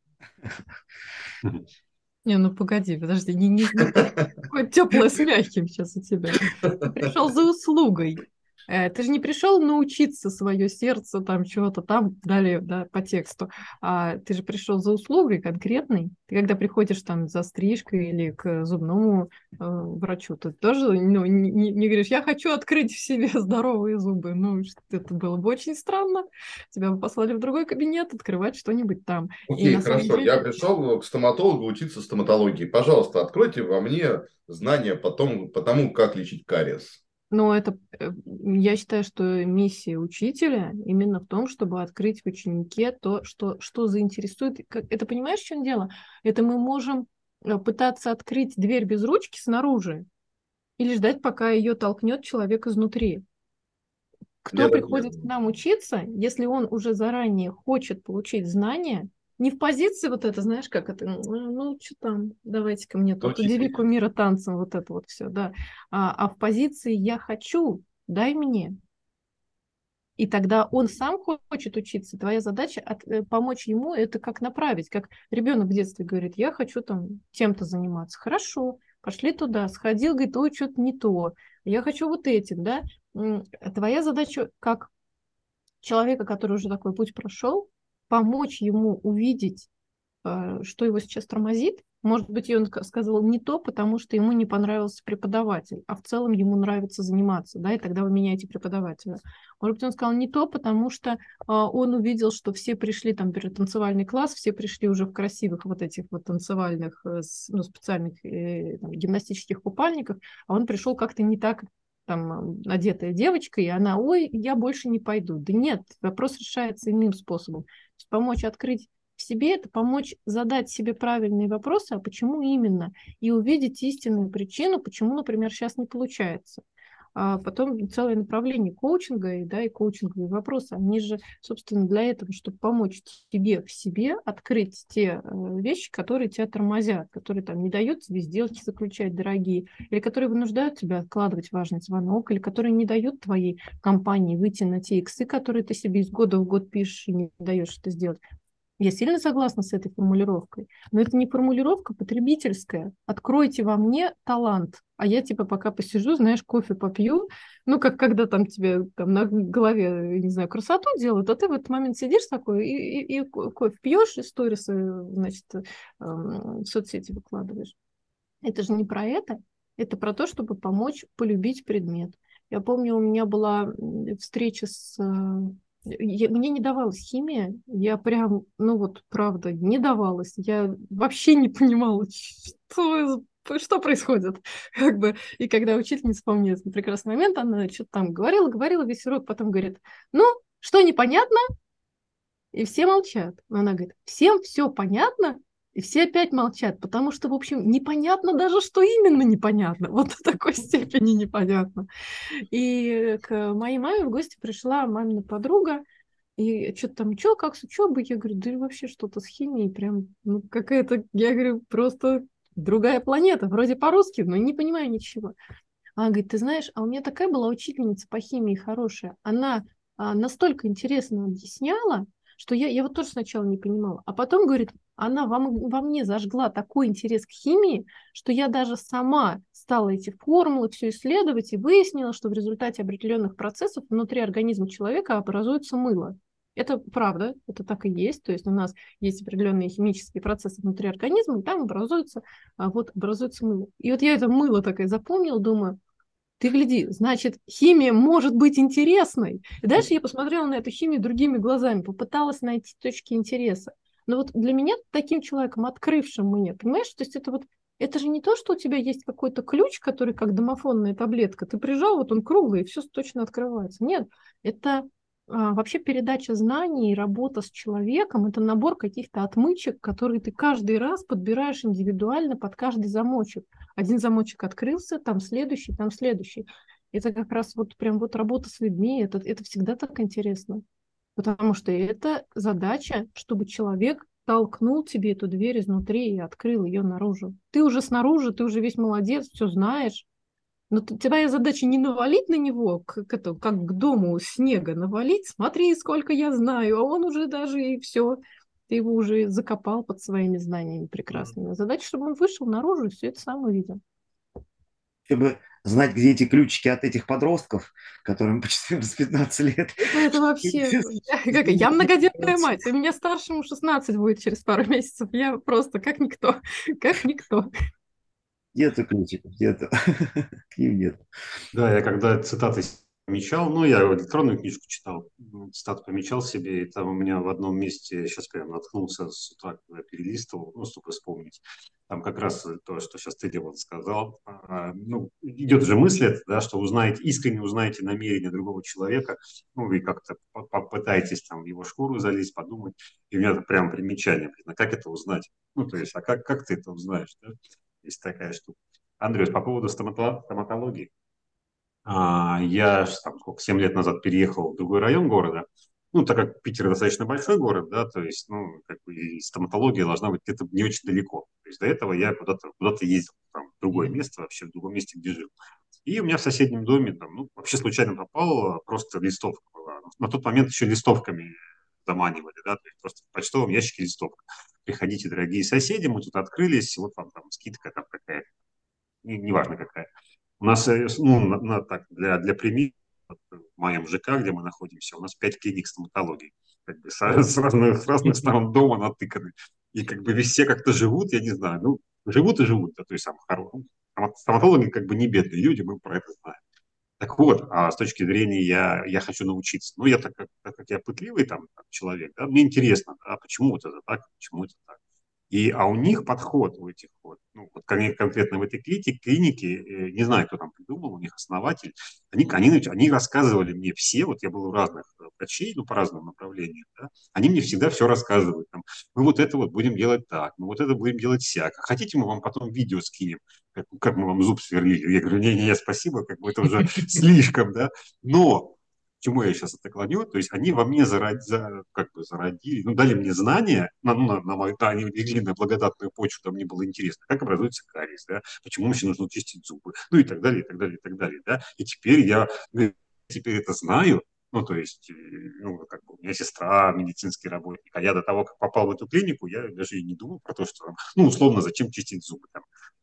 Не, ну погоди, подожди, не, не, не так такое теплое с мягким сейчас у тебя. Ты пришел за услугой. Э, Ты же не пришел научиться свое сердце там чего-то там далее, да, по тексту. А ты же пришел за услугой конкретной. Ты когда приходишь там за стрижкой или к зубному э, врачу, ты тоже ну, не, не- не говоришь, я хочу открыть в себе здоровые зубы. Ну, что- это было бы очень странно. Тебя бы послали в другой кабинет открывать что-нибудь там. И Окей, на самом хорошо. Я деле пришел к стоматологу учиться стоматологии. Пожалуйста, откройте во мне знания по тому, по тому, как лечить кариес. Но это, э, я считаю, что миссия учителя именно в том, чтобы открыть в ученике то, что, что заинтересует. Как- Это понимаешь, в чем дело? Это мы можем э, пытаться открыть дверь без ручки снаружи или ждать, пока ее толкнет человек изнутри. Кто Нет, приходит к нет. нам учиться, если он уже заранее хочет получить знания, не в позиции вот это, знаешь, как это, ну, ну что там, давайте-ка мне тут Научите удиви меня. кумира танцем, вот это вот все, да. А, а в позиции я хочу, дай мне. И тогда он сам хочет учиться. Твоя задача от, э, помочь ему это как направить. Как ребенок в детстве говорит, я хочу там тем-то заниматься. Хорошо, пошли туда. Сходил, говорит, ой, что-то не то. Я хочу вот этим, да. М, Твоя задача как человека, который уже такой путь прошел, помочь ему увидеть, э, что его сейчас тормозит, Может быть, и он сказал не то, потому что ему не понравился преподаватель, а в целом ему нравится заниматься, да, и тогда вы меняете преподавателя. Может быть, он сказал не то, потому что а, он увидел, что все пришли, там, например, танцевальный класс, все пришли уже в красивых вот этих вот танцевальных, ну, специальных э, там, гимнастических купальниках, а он пришел как-то не так, там, одетая девочка, и она, ой, я больше не пойду. Да нет, вопрос решается иным способом. То есть помочь открыть в себе, это помочь задать себе правильные вопросы, а почему именно, и увидеть истинную причину, почему, например, сейчас не получается. А потом целое направление коучинга, и, да, и коучинговые вопросы, они же, собственно, для этого, чтобы помочь тебе в себе открыть те вещи, которые тебя тормозят, которые там не дают тебе сделки заключать дорогие, или которые вынуждают тебя откладывать важный звонок, или которые не дают твоей компании выйти на те иксы, которые ты себе из года в год пишешь и не даешь это сделать. Я сильно согласна с этой формулировкой, но это не формулировка потребительская. Откройте во мне талант, а я типа пока посижу, знаешь, кофе попью, ну, как когда там тебе там, на голове, не знаю, красоту делают, а ты в этот момент сидишь такой и, и, и кофе пьешь, и сторисы, значит, в соцсети выкладываешь. Это же не про это, это про то, чтобы помочь полюбить предмет. Я помню, у меня была встреча с... Я, мне не давалась химия, я прям, ну вот, правда, не давалась. Я вообще не понимала, что, что происходит. Как бы. И когда учительница, помню, этот прекрасный момент, она что-то там говорила, говорила весь урок, потом говорит, ну, что непонятно? И все молчат. Она говорит, всем все понятно? И все опять молчат, потому что, в общем, непонятно даже, что именно непонятно. Вот в такой степени непонятно. И к моей маме в гости пришла мамина подруга, и что-то там, что, как с учебой? Я говорю, да вообще что-то с химией, прям, ну, какая-то, я говорю, просто другая планета, вроде по-русски, но не понимаю ничего. Она говорит, ты знаешь, а у меня такая была учительница по химии хорошая, она а, настолько интересно объясняла, что я, я вот тоже сначала не понимала. А потом, говорит, она во, во мне зажгла такой интерес к химии, что я даже сама стала эти формулы все исследовать и выяснила, что в результате определенных процессов внутри организма человека образуется мыло. Это правда, это так и есть. То есть у нас есть определенные химические процессы внутри организма, и там образуется, вот, образуется мыло. И вот я это мыло такое запомнила, думаю, ты гляди, значит, химия может быть интересной. И дальше я посмотрела на эту химию другими глазами, попыталась найти точки интереса. Но вот для меня таким человеком, открывшим мне, понимаешь, то есть это вот, это же не то, что у тебя есть какой-то ключ, который как домофонная таблетка, ты прижал, вот он круглый, и все точно открывается. Нет, это а, вообще передача знаний и работа с человеком, это набор каких-то отмычек, которые ты каждый раз подбираешь индивидуально под каждый замочек. Один замочек открылся, там следующий, там следующий. Это как раз вот прям вот работа с людьми, это, это всегда так интересно. Потому что это задача, чтобы человек толкнул тебе эту дверь изнутри и открыл ее наружу. Ты уже снаружи, ты уже весь молодец, все знаешь. Но твоя задача не навалить на него, как, это, как к дому снега навалить, смотри, сколько я знаю, а он уже даже и все, ты его уже закопал под своими знаниями прекрасными. Задача, чтобы он вышел наружу и все это сам увидел. Чтобы знать, где эти ключики от этих подростков, которым по четырнадцать-пятнадцать лет. Это, это вообще... Я, я многодетная мать, у меня старшему шестнадцать будет через пару месяцев, я просто как никто, как никто. Нету ключиков, нету. К ним нет. Да, я когда цитаты помечал, ну, я электронную книжку читал, цитату помечал себе, и там у меня в одном месте, сейчас прям наткнулся с утра, когда перелистывал, ну, чтобы вспомнить, там как раз то, что сейчас ты, Димон, сказал. А, ну, идет же мысль, да, что узнаете, искренне узнаете намерение другого человека, ну, вы как-то попытаетесь там в его шкуру залезть, подумать, и у меня прям примечание, как это узнать? Ну, то есть, а как, как ты это узнаешь, да? Есть такая штука. Андрюс, по поводу стоматологии. А, я там, сколько, семь лет назад переехал в другой район города. Ну, так как Питер достаточно большой город, да, то есть, ну, как бы и стоматология должна быть где-то не очень далеко. То есть до этого я куда-то куда ездил, там, в другое место вообще, в другом месте, где жил. И у меня в соседнем доме, там, ну, вообще случайно попал, просто листовка была. На тот момент еще листовками заманивали, да, то есть просто в почтовом ящике листовка. Приходите, дорогие соседи, мы тут открылись, вот вам там скидка там какая-то, неважно какая. У нас, ну, на, на, так, для, для примера, в моем ЖК, где мы находимся, у нас пять клиник стоматологии. Как бы с, с, разных, с разных сторон дома натыканы. И как бы все как-то живут, я не знаю, ну, живут и живут, да, то есть там, стоматологи как бы не бедные люди, мы про это знаем. Так вот, а с точки зрения я, я хочу научиться. Ну, я так как, так как я пытливый там, там человек, да, мне интересно, да, почему это так, почему это так. И, а у них подход у этих вот, ну, вот конкретно в этой клинике, клинике, э, не знаю, кто там придумал, у них основатель, они, они, они рассказывали мне все, вот я был у разных врачей, ну, по разным направлениям, да, они мне всегда все рассказывают, там, мы вот это вот будем делать так, мы вот это будем делать сяк, а хотите, мы вам потом видео скинем, как, как мы вам зуб сверлили. Я говорю, не-не, спасибо, как бы это уже слишком, да, но к чему я сейчас это клоню, то есть они во мне зарод, за, как бы зародили, ну, дали мне знания, на, ну, на, на мою, да, они легли на благодатную почву, там мне было интересно, как образуется кариес, да, почему вообще нужно чистить зубы, ну, и так далее, и так далее, и так далее, да, и теперь я, ну, теперь это знаю, ну, то есть, ну, как бы у меня сестра медицинский работник, а я до того, как попал в эту клинику, я даже и не думал про то, что, ну, условно, зачем чистить зубы, там,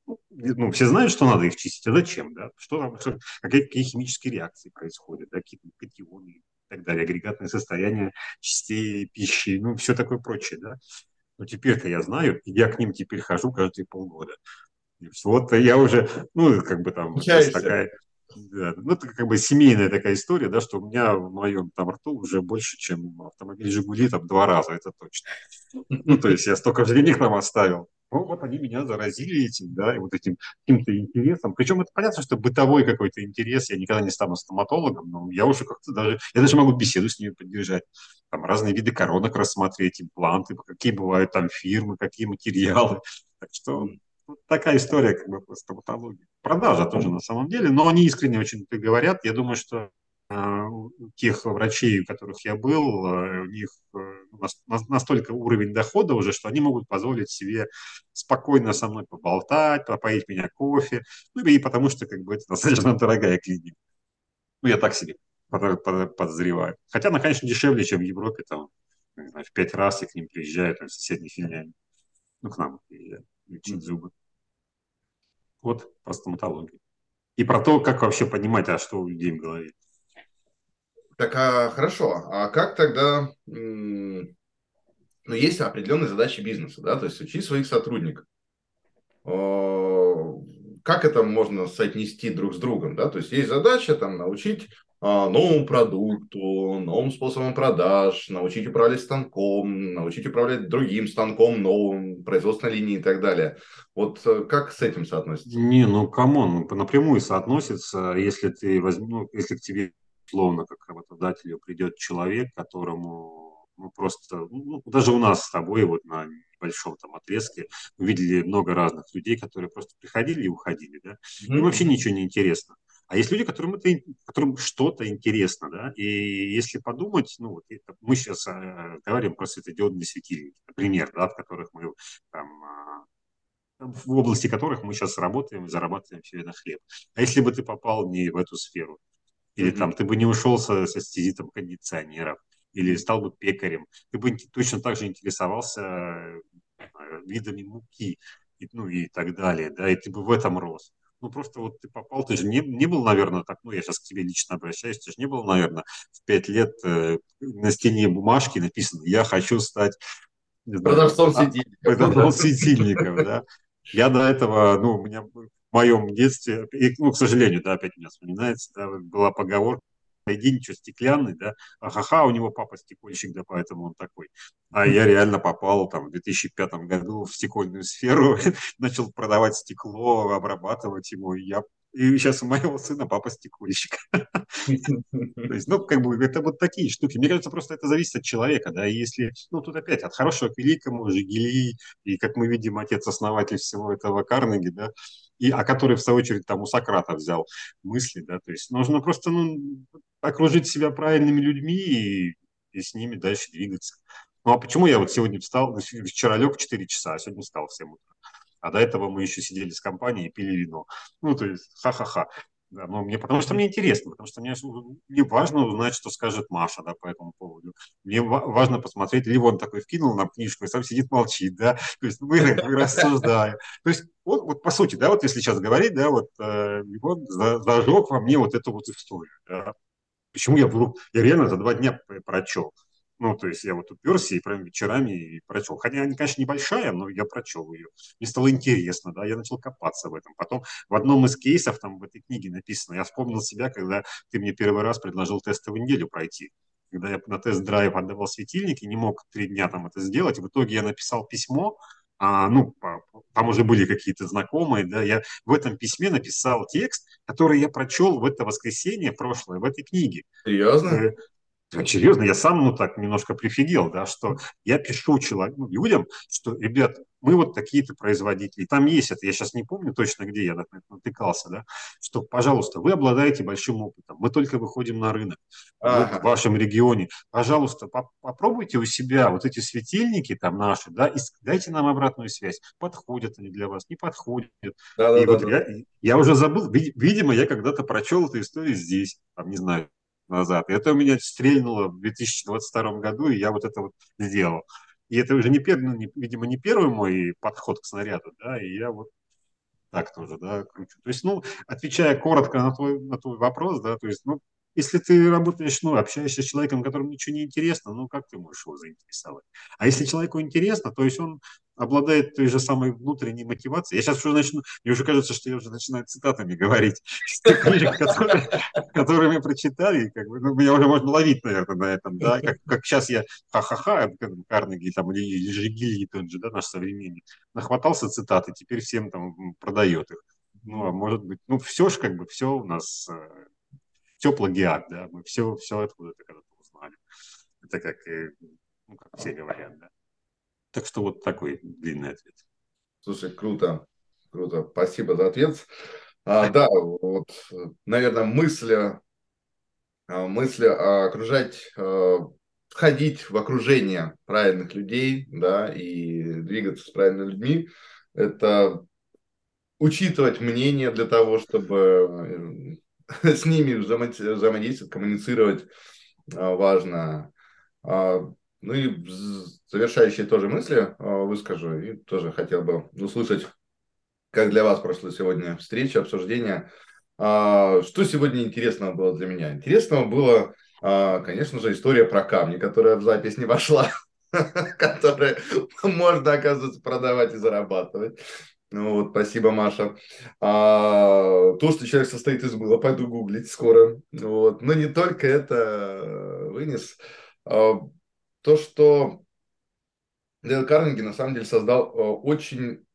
ну, все знают, что надо их чистить, а зачем, да? Что там, что, какие, какие химические реакции происходят, да? Какие-то катионы и так далее, агрегатное состояние частей пищи, ну, все такое прочее, да? Но теперь-то я знаю, и я к ним теперь хожу каждые полгода. И вот я уже, ну, как бы там, это такая, да, ну, это как бы семейная такая история, да, что у меня в моем там рту уже больше, чем автомобиль «Жигули», там, два раза, это точно. Ну, то есть я столько же денег там оставил. Ну, вот они меня заразили этим, да, и вот этим каким-то интересом. Причем это понятно, что бытовой какой-то интерес. Я никогда не стану стоматологом, но я уже как-то даже, я даже могу беседу с ними поддержать. Там разные виды коронок рассмотреть, импланты, какие бывают там фирмы, какие материалы. Так что вот такая история как бы по стоматологии. Продажа тоже на самом деле, но они искренне очень говорят. Я думаю, что у тех врачей, у которых я был, у них настолько уровень дохода уже, что они могут позволить себе спокойно со мной поболтать, попоить меня кофе, ну и потому что как бы это достаточно дорогая клиника. Ну, я так себе подозреваю. Хотя она, конечно, дешевле, чем в Европе, там, не знаю, в пять раз я к ним приезжаю, там, в соседней филиале. Ну, к нам приезжаю, лечить зубы. Вот про стоматологию. И про то, как вообще понимать, а что у людей в голове. Так, а, хорошо. А как тогда... М- ну, есть определенные задачи бизнеса, да, то есть учить своих сотрудников. О, как это можно соотнести друг с другом, да, то есть есть задача там научить а, новому продукту, новым способам продаж, научить управлять станком, научить управлять другим станком, новым, производственной линией и так далее. Вот э, как с этим соотносится? Не, ну, камон, напрямую соотносится, если ты возьм- ну, если к тебе, условно, как работодателю придет человек, которому, ну, просто, ну, даже у нас с тобой вот на небольшом там отрезке увидели много разных людей, которые просто приходили и уходили, да, им вообще Мгм. ничего не интересно. А есть люди, которым это, которым что-то интересно, да, и если подумать, ну, вот это, мы сейчас э, говорим про светодиодные светильники, например, да, в которых мы там а, в области которых мы сейчас работаем и зарабатываем себе на хлеб. А если бы ты попал не в эту сферу, или там Мгм. ты бы не ушел со, со стези там, кондиционеров, или стал бы пекарем, ты бы точно так же интересовался э, видами муки, и, ну и так далее, да, и ты бы в этом рос. Ну, просто вот ты попал, ты же не, не был, наверное, так, ну, я сейчас к тебе лично обращаюсь, ты же не был, наверное, в пять лет э, на стене бумажки написано «Я хочу стать, не знаю, там, Продавцом а, светильников. продавцом светильников», да. Я до этого, ну, у меня в моем детстве, и, ну, к сожалению, да, опять у меня вспоминается, да, была поговорка: найди ничего стеклянный, да, ахаха, у него папа стекольщик, да, поэтому он такой. А я реально попал там в две тысячи пятом году в стекольную сферу, начал продавать стекло, обрабатывать его, и я и сейчас у моего сына папа стекольщик. То есть, ну, как бы, это вот такие штуки. Мне кажется, просто это зависит от человека, да, и если, ну, тут опять от хорошего к великому, Жигели, и, как мы видим, отец-основатель всего этого Карнеги, да, и, а который, в свою очередь, там у Сократа взял мысли, да, то есть нужно просто, ну, окружить себя правильными людьми и, и с ними дальше двигаться. Ну, а почему я вот сегодня встал, вчера лег в четыре часа, а сегодня встал в семь утра? А до этого мы еще сидели с компанией и пили вино. Ну, то есть, ха-ха-ха. Да, но мне, потому что мне интересно, потому что мне, мне важно узнать, что скажет Маша, да, по этому поводу. Мне ва- важно посмотреть, или он такой вкинул нам книжку и сам сидит молчит, да, то есть мы, мы рассуждаем. То есть вот, вот по сути, да, вот если сейчас говорить, да, вот э, Ливон за- зажег во мне вот эту вот историю, да. Почему я вдруг, я реально за два дня прочел. Ну, то есть я вот уперся и прям вечерами и прочел. Хотя она, конечно, небольшая, но я прочел ее. Мне стало интересно, да, я начал копаться в этом. Потом в одном из кейсов, там в этой книге написано, я вспомнил себя, когда ты мне первый раз предложил тестовую неделю пройти. Когда я на тест-драйв отдавал светильники, не мог три дня там это сделать. В итоге я написал письмо, а, ну, по, там уже были какие-то знакомые, да, я в этом письме написал текст, который я прочел в это воскресенье прошлое, в этой книге. Серьезно? Э, ну, серьезно, я сам, ну, так немножко прифигел, да, что я пишу человек, ну, людям, что, ребят, мы вот такие-то производители, там есть это, я сейчас не помню точно, где я на это натыкался, да, что, пожалуйста, вы обладаете большим опытом, мы только выходим на рынок, вот в Ага. вашем регионе, пожалуйста, по попробуйте у себя вот эти светильники там наши, да, и дайте нам обратную связь, подходят они для вас, не подходят. И вот Да-да-да. я, я уже забыл, видимо, я когда-то прочел эту историю здесь, там, не знаю, назад. И это у меня стрельнуло в две тысячи двадцать втором году, и я вот это вот сделал. И это уже, не, пер, ну, не, видимо, не первый мой подход к снаряду, да, и я вот так тоже, да, кручу. То есть, ну, отвечая коротко на твой, на твой вопрос, да, то есть, ну, если ты работаешь, ну, общаешься с человеком, которому ничего не интересно, ну, как ты можешь его заинтересовать? А если человеку интересно, то есть он обладает той же самой внутренней мотивацией. Я сейчас уже начну, мне уже кажется, что я уже начинаю цитатами говорить из тех книжек, которые, которые мы прочитали, как бы, ну, меня уже можно ловить, наверное, на этом, да, как, как сейчас я ха-ха-ха, Карнеги там, или Жигили тот же, да, наш современник, нахватался цитаты, теперь всем там продает их. Ну, а может быть, ну, все ж как бы, все у нас, э, все плагиат, да, мы все, все откуда-то когда-то узнали. Это как, э, ну, как все говорят, да. Так что вот такой длинный ответ. Слушай, круто. Круто. Спасибо за ответ. А, да, вот, наверное, мысль, а, мысль а, окружать, а, входить в окружение правильных людей, да, и двигаться с правильными людьми, это учитывать мнение для того, чтобы э, с ними взаимо- взаимодействовать, коммуницировать, а, важно. А, Ну и з- завершающие тоже мысли а, выскажу, и тоже хотел бы услышать, как для вас прошла сегодня встреча, обсуждение. А, Что сегодня интересного было для меня? Интересного было, а, конечно же, история про камни, которая в запись не вошла, которые можно, оказывается, продавать и зарабатывать. Ну вот, спасибо, Маша. А, то, что человек состоит из мыла, пойду гуглить скоро. Вот. Но не только это э, вынес. А, то, что Дейл Карнеги на самом деле создал э, очень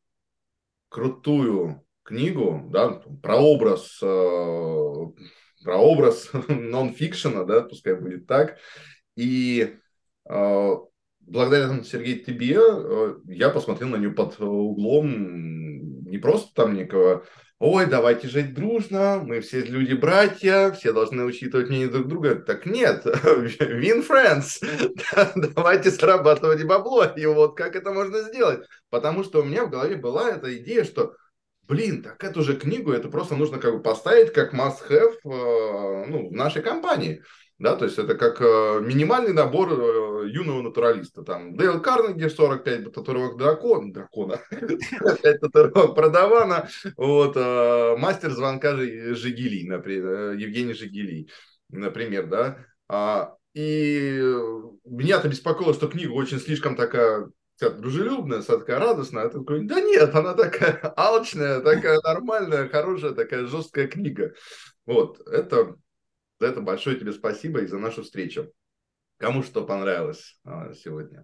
крутую книгу, да, про образ, э, про образ нон-фикшена, да, пускай будет так. И э, благодаря, Сергей, тебе э, я посмотрел на нее под углом не просто там некого, ой, давайте жить дружно, мы все люди-братья, все должны учитывать мнение друг друга. Так нет, win friends, давайте зарабатывать бабло. И вот как это можно сделать? Потому что у меня в голове была эта идея, что блин, так эту же книгу, это просто нужно как бы поставить как must-have э, ну, в нашей компании. Да, то есть это как э, минимальный набор э, юного натуралиста. Там Дейл Карнеги, сорок пять татуировок дракона, дракона, сорок пять татуировок продавана, вот, э, мастер звонка Жи- Жигили, например, э, Евгений Жигили, например, да. А, и э, меня-то беспокоило, что книга очень слишком такая вся дружелюбная, вся такая радостная. А ты такой, да нет, она такая алчная, такая нормальная, хорошая, такая жесткая книга. Вот, это, за это большое тебе спасибо и за нашу встречу. Кому что понравилось а, сегодня?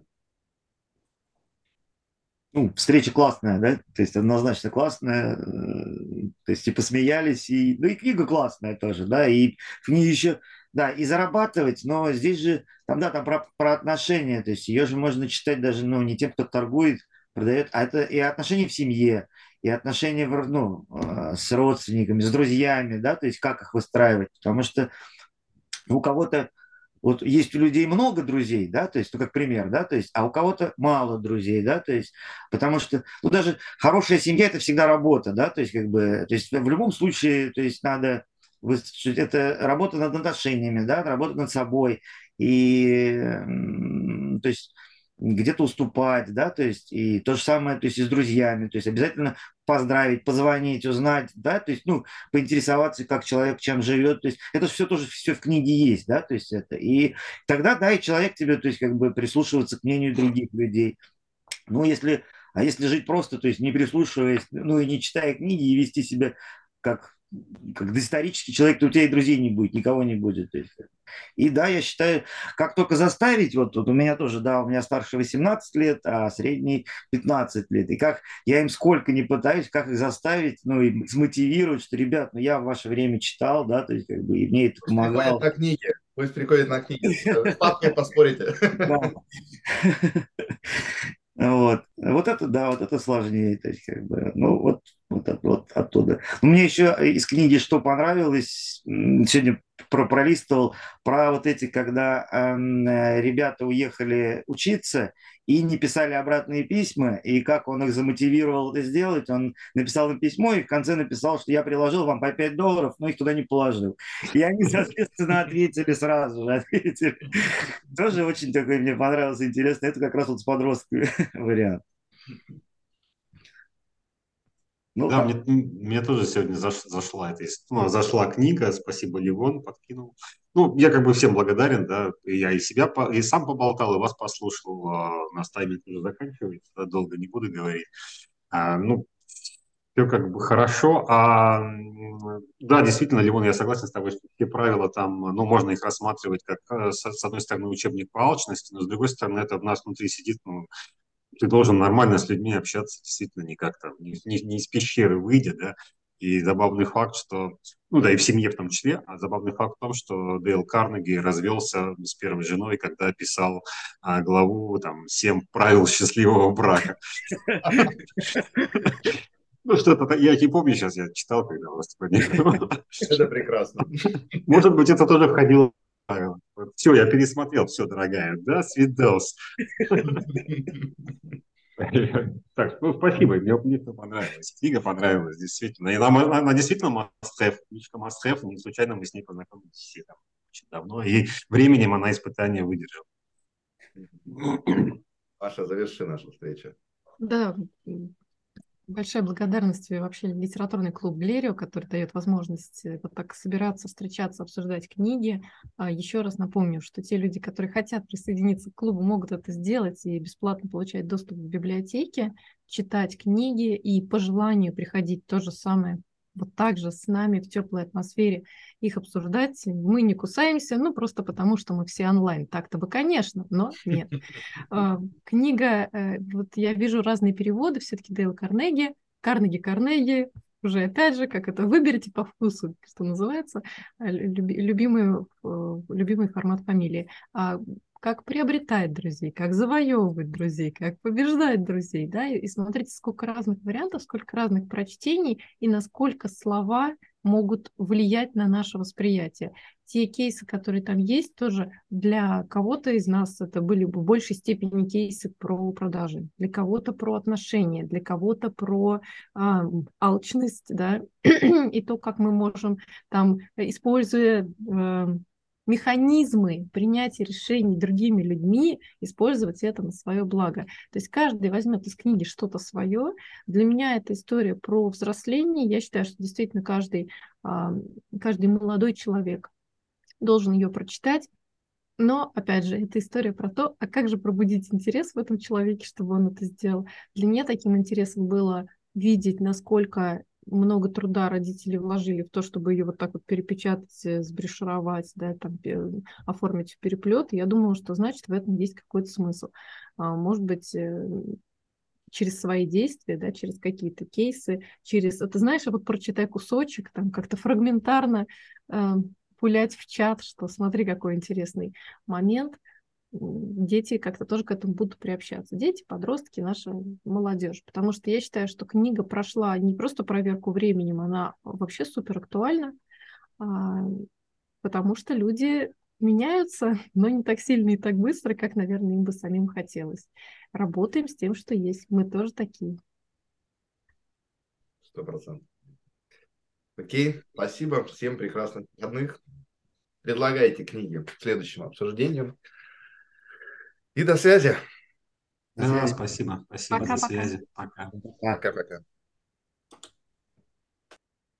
Ну, встреча классная, да, то есть однозначно классная, э, то есть и посмеялись, и, ну и книга классная тоже, да, и в ней еще, да, и зарабатывать, но здесь же, там, да, там про, про отношения, то есть ее же можно читать даже, ну, не тем, кто торгует, продает, а это и отношения в семье, и отношения, в, ну, э, с родственниками, с друзьями, да, то есть как их выстраивать, потому что у кого-то вот есть у людей много друзей, да, то есть, ну, как пример, да, то есть, а у кого-то мало друзей, да, то есть, потому что, ну, даже хорошая семья – это всегда работа, да, то есть, как бы, то есть, в любом случае, то есть, надо, выстроить- это работа над отношениями, да, работа над собой, и, м, то есть, где-то уступать, да, то есть и то же самое, то есть и с друзьями, то есть обязательно поздравить, позвонить, узнать, да, то есть, ну, поинтересоваться, как человек чем живет, то есть это все тоже все в книге есть, да, то есть это, и тогда, да, и человек тебе, то есть как бы прислушиваться к мнению других людей, ну, если, а если жить просто, то есть не прислушиваясь, ну, и не читая книги, и вести себя как, как доисторический человек, то у тебя и друзей не будет, никого не будет, то есть. И да, я считаю, как только заставить, вот, вот у меня тоже, да, у меня старший восемнадцать лет, а средний пятнадцать лет. И как я им сколько не пытаюсь, как их заставить, ну, и смотивировать, что, ребят, ну, я в ваше время читал, да, то есть, как бы, и мне это Пусть приходят помогало. на книги. Пусть приходят на книги. С папкой поспорите. Да. Вот. Вот это, да, вот это сложнее. То есть, как бы, ну, вот, вот, от- вот оттуда. Ну, мне еще из книги что понравилось, м, сегодня про, пролистывал, про вот эти, когда эм, э, ребята уехали учиться и не писали обратные письма, и как он их замотивировал это сделать, он написал им письмо и в конце написал, что я приложил вам по пять долларов, но их туда не положил. И они, соответственно, ответили сразу же, ответили. Тоже очень такой мне понравился, интересно. Это как раз вот с подростками вариант. Ну, Да, так. мне, мне тоже сегодня заш, зашла эта ис- ну, зашла книга, спасибо, Ливон, подкинул. Ну, я как бы всем благодарен, да, и я и себя, по- и сам поболтал, и вас послушал, а, у нас тайминг уже заканчивается, да, долго не буду говорить. А, ну, все как бы хорошо, а, м, да, действительно, Ливон, я согласен с тобой, что все правила там, ну, можно их рассматривать как, э, с, с одной стороны, учебник по алчности, но с другой стороны, это в нас внутри сидит, ну, ты должен нормально с людьми общаться, действительно, не как там, не, не- не из пещеры выйдя, да. И забавный факт, что, ну да, и в семье в том числе, а забавный факт в том, что Дейл Карнеги развелся с первой женой, когда писал а, главу там «Семь правил счастливого брака». Ну, что-то, я не помню сейчас, я читал, когда вас планировал. Это прекрасно. Может быть, это тоже входило в правила. Все, я пересмотрел, все, дорогая, да, свидос. Так, ну спасибо, мне, мне это понравилось. Книга понравилась, действительно. И она, она, она действительно must-have, книжка must-have, не случайно мы с ней познакомились все там очень давно, и временем она испытания выдержала. Маша, заверши нашу встречу. Да, м, большая благодарность и вообще литературный клуб Глерио, который дает возможность э, вот так собираться, встречаться, обсуждать книги. А еще раз напомню, что те люди, которые хотят присоединиться к клубу, могут это сделать и бесплатно получать доступ в библиотеке, читать книги и по желанию приходить то же самое вот так же с нами в теплой атмосфере их обсуждать. Мы не кусаемся, ну просто потому, что мы все онлайн. Так-то бы, конечно, но нет. А, Книга, э, вот я вижу разные переводы, все-таки Дейл Карнеги, Карнеги Карнеги, уже опять же, как это, выберите по вкусу, что называется, э, люби- любимый, э, любимый формат фамилии. А как приобретать друзей, как завоевывать друзей, как побеждать друзей, да, и, и смотрите, сколько разных вариантов, сколько разных прочтений и насколько слова могут влиять на наше восприятие. Те кейсы, которые там есть, тоже для кого-то из нас это были бы в большей степени кейсы про продажи, для кого-то про отношения, для кого-то про а, алчность, да, и то, как мы можем там, используя э, механизмы принятия решений другими людьми, использовать это на свое благо. То есть каждый возьмет из книги что-то свое. Для меня это история про взросление. Я считаю, что действительно каждый, а, каждый молодой человек должен ее прочитать. Но, опять же, это история про то, а как же пробудить интерес в этом человеке, чтобы он это сделал. Для меня таким интересом было видеть, насколько много труда родители вложили в то, чтобы ее вот так вот перепечатать, э, сбрешировать, да, там, пе- оформить в переплет. Я думала, что значит в этом есть какой-то смысл. А, Может быть, э, через свои действия, да, через какие-то кейсы, через, а ты знаешь, а вот прочитай кусочек, там как-то фрагментарно э, пулять в чат, что смотри, какой интересный момент. М, Дети как-то тоже к этому будут приобщаться. Дети, подростки, наша молодежь. Потому что я считаю, что книга прошла не просто проверку временем, она вообще супер актуальна, а, потому что люди меняются, но не так сильно и так быстро, как, наверное, им бы самим хотелось. Работаем с тем, что есть. Мы тоже такие. Сто процентов. Окей, спасибо. Всем прекрасных выходных. Предлагайте книги к следующему обсуждению. И до связи. До Да, связи. спасибо, спасибо, до Пока-пока. связи, пока. Пока. Пока-пока.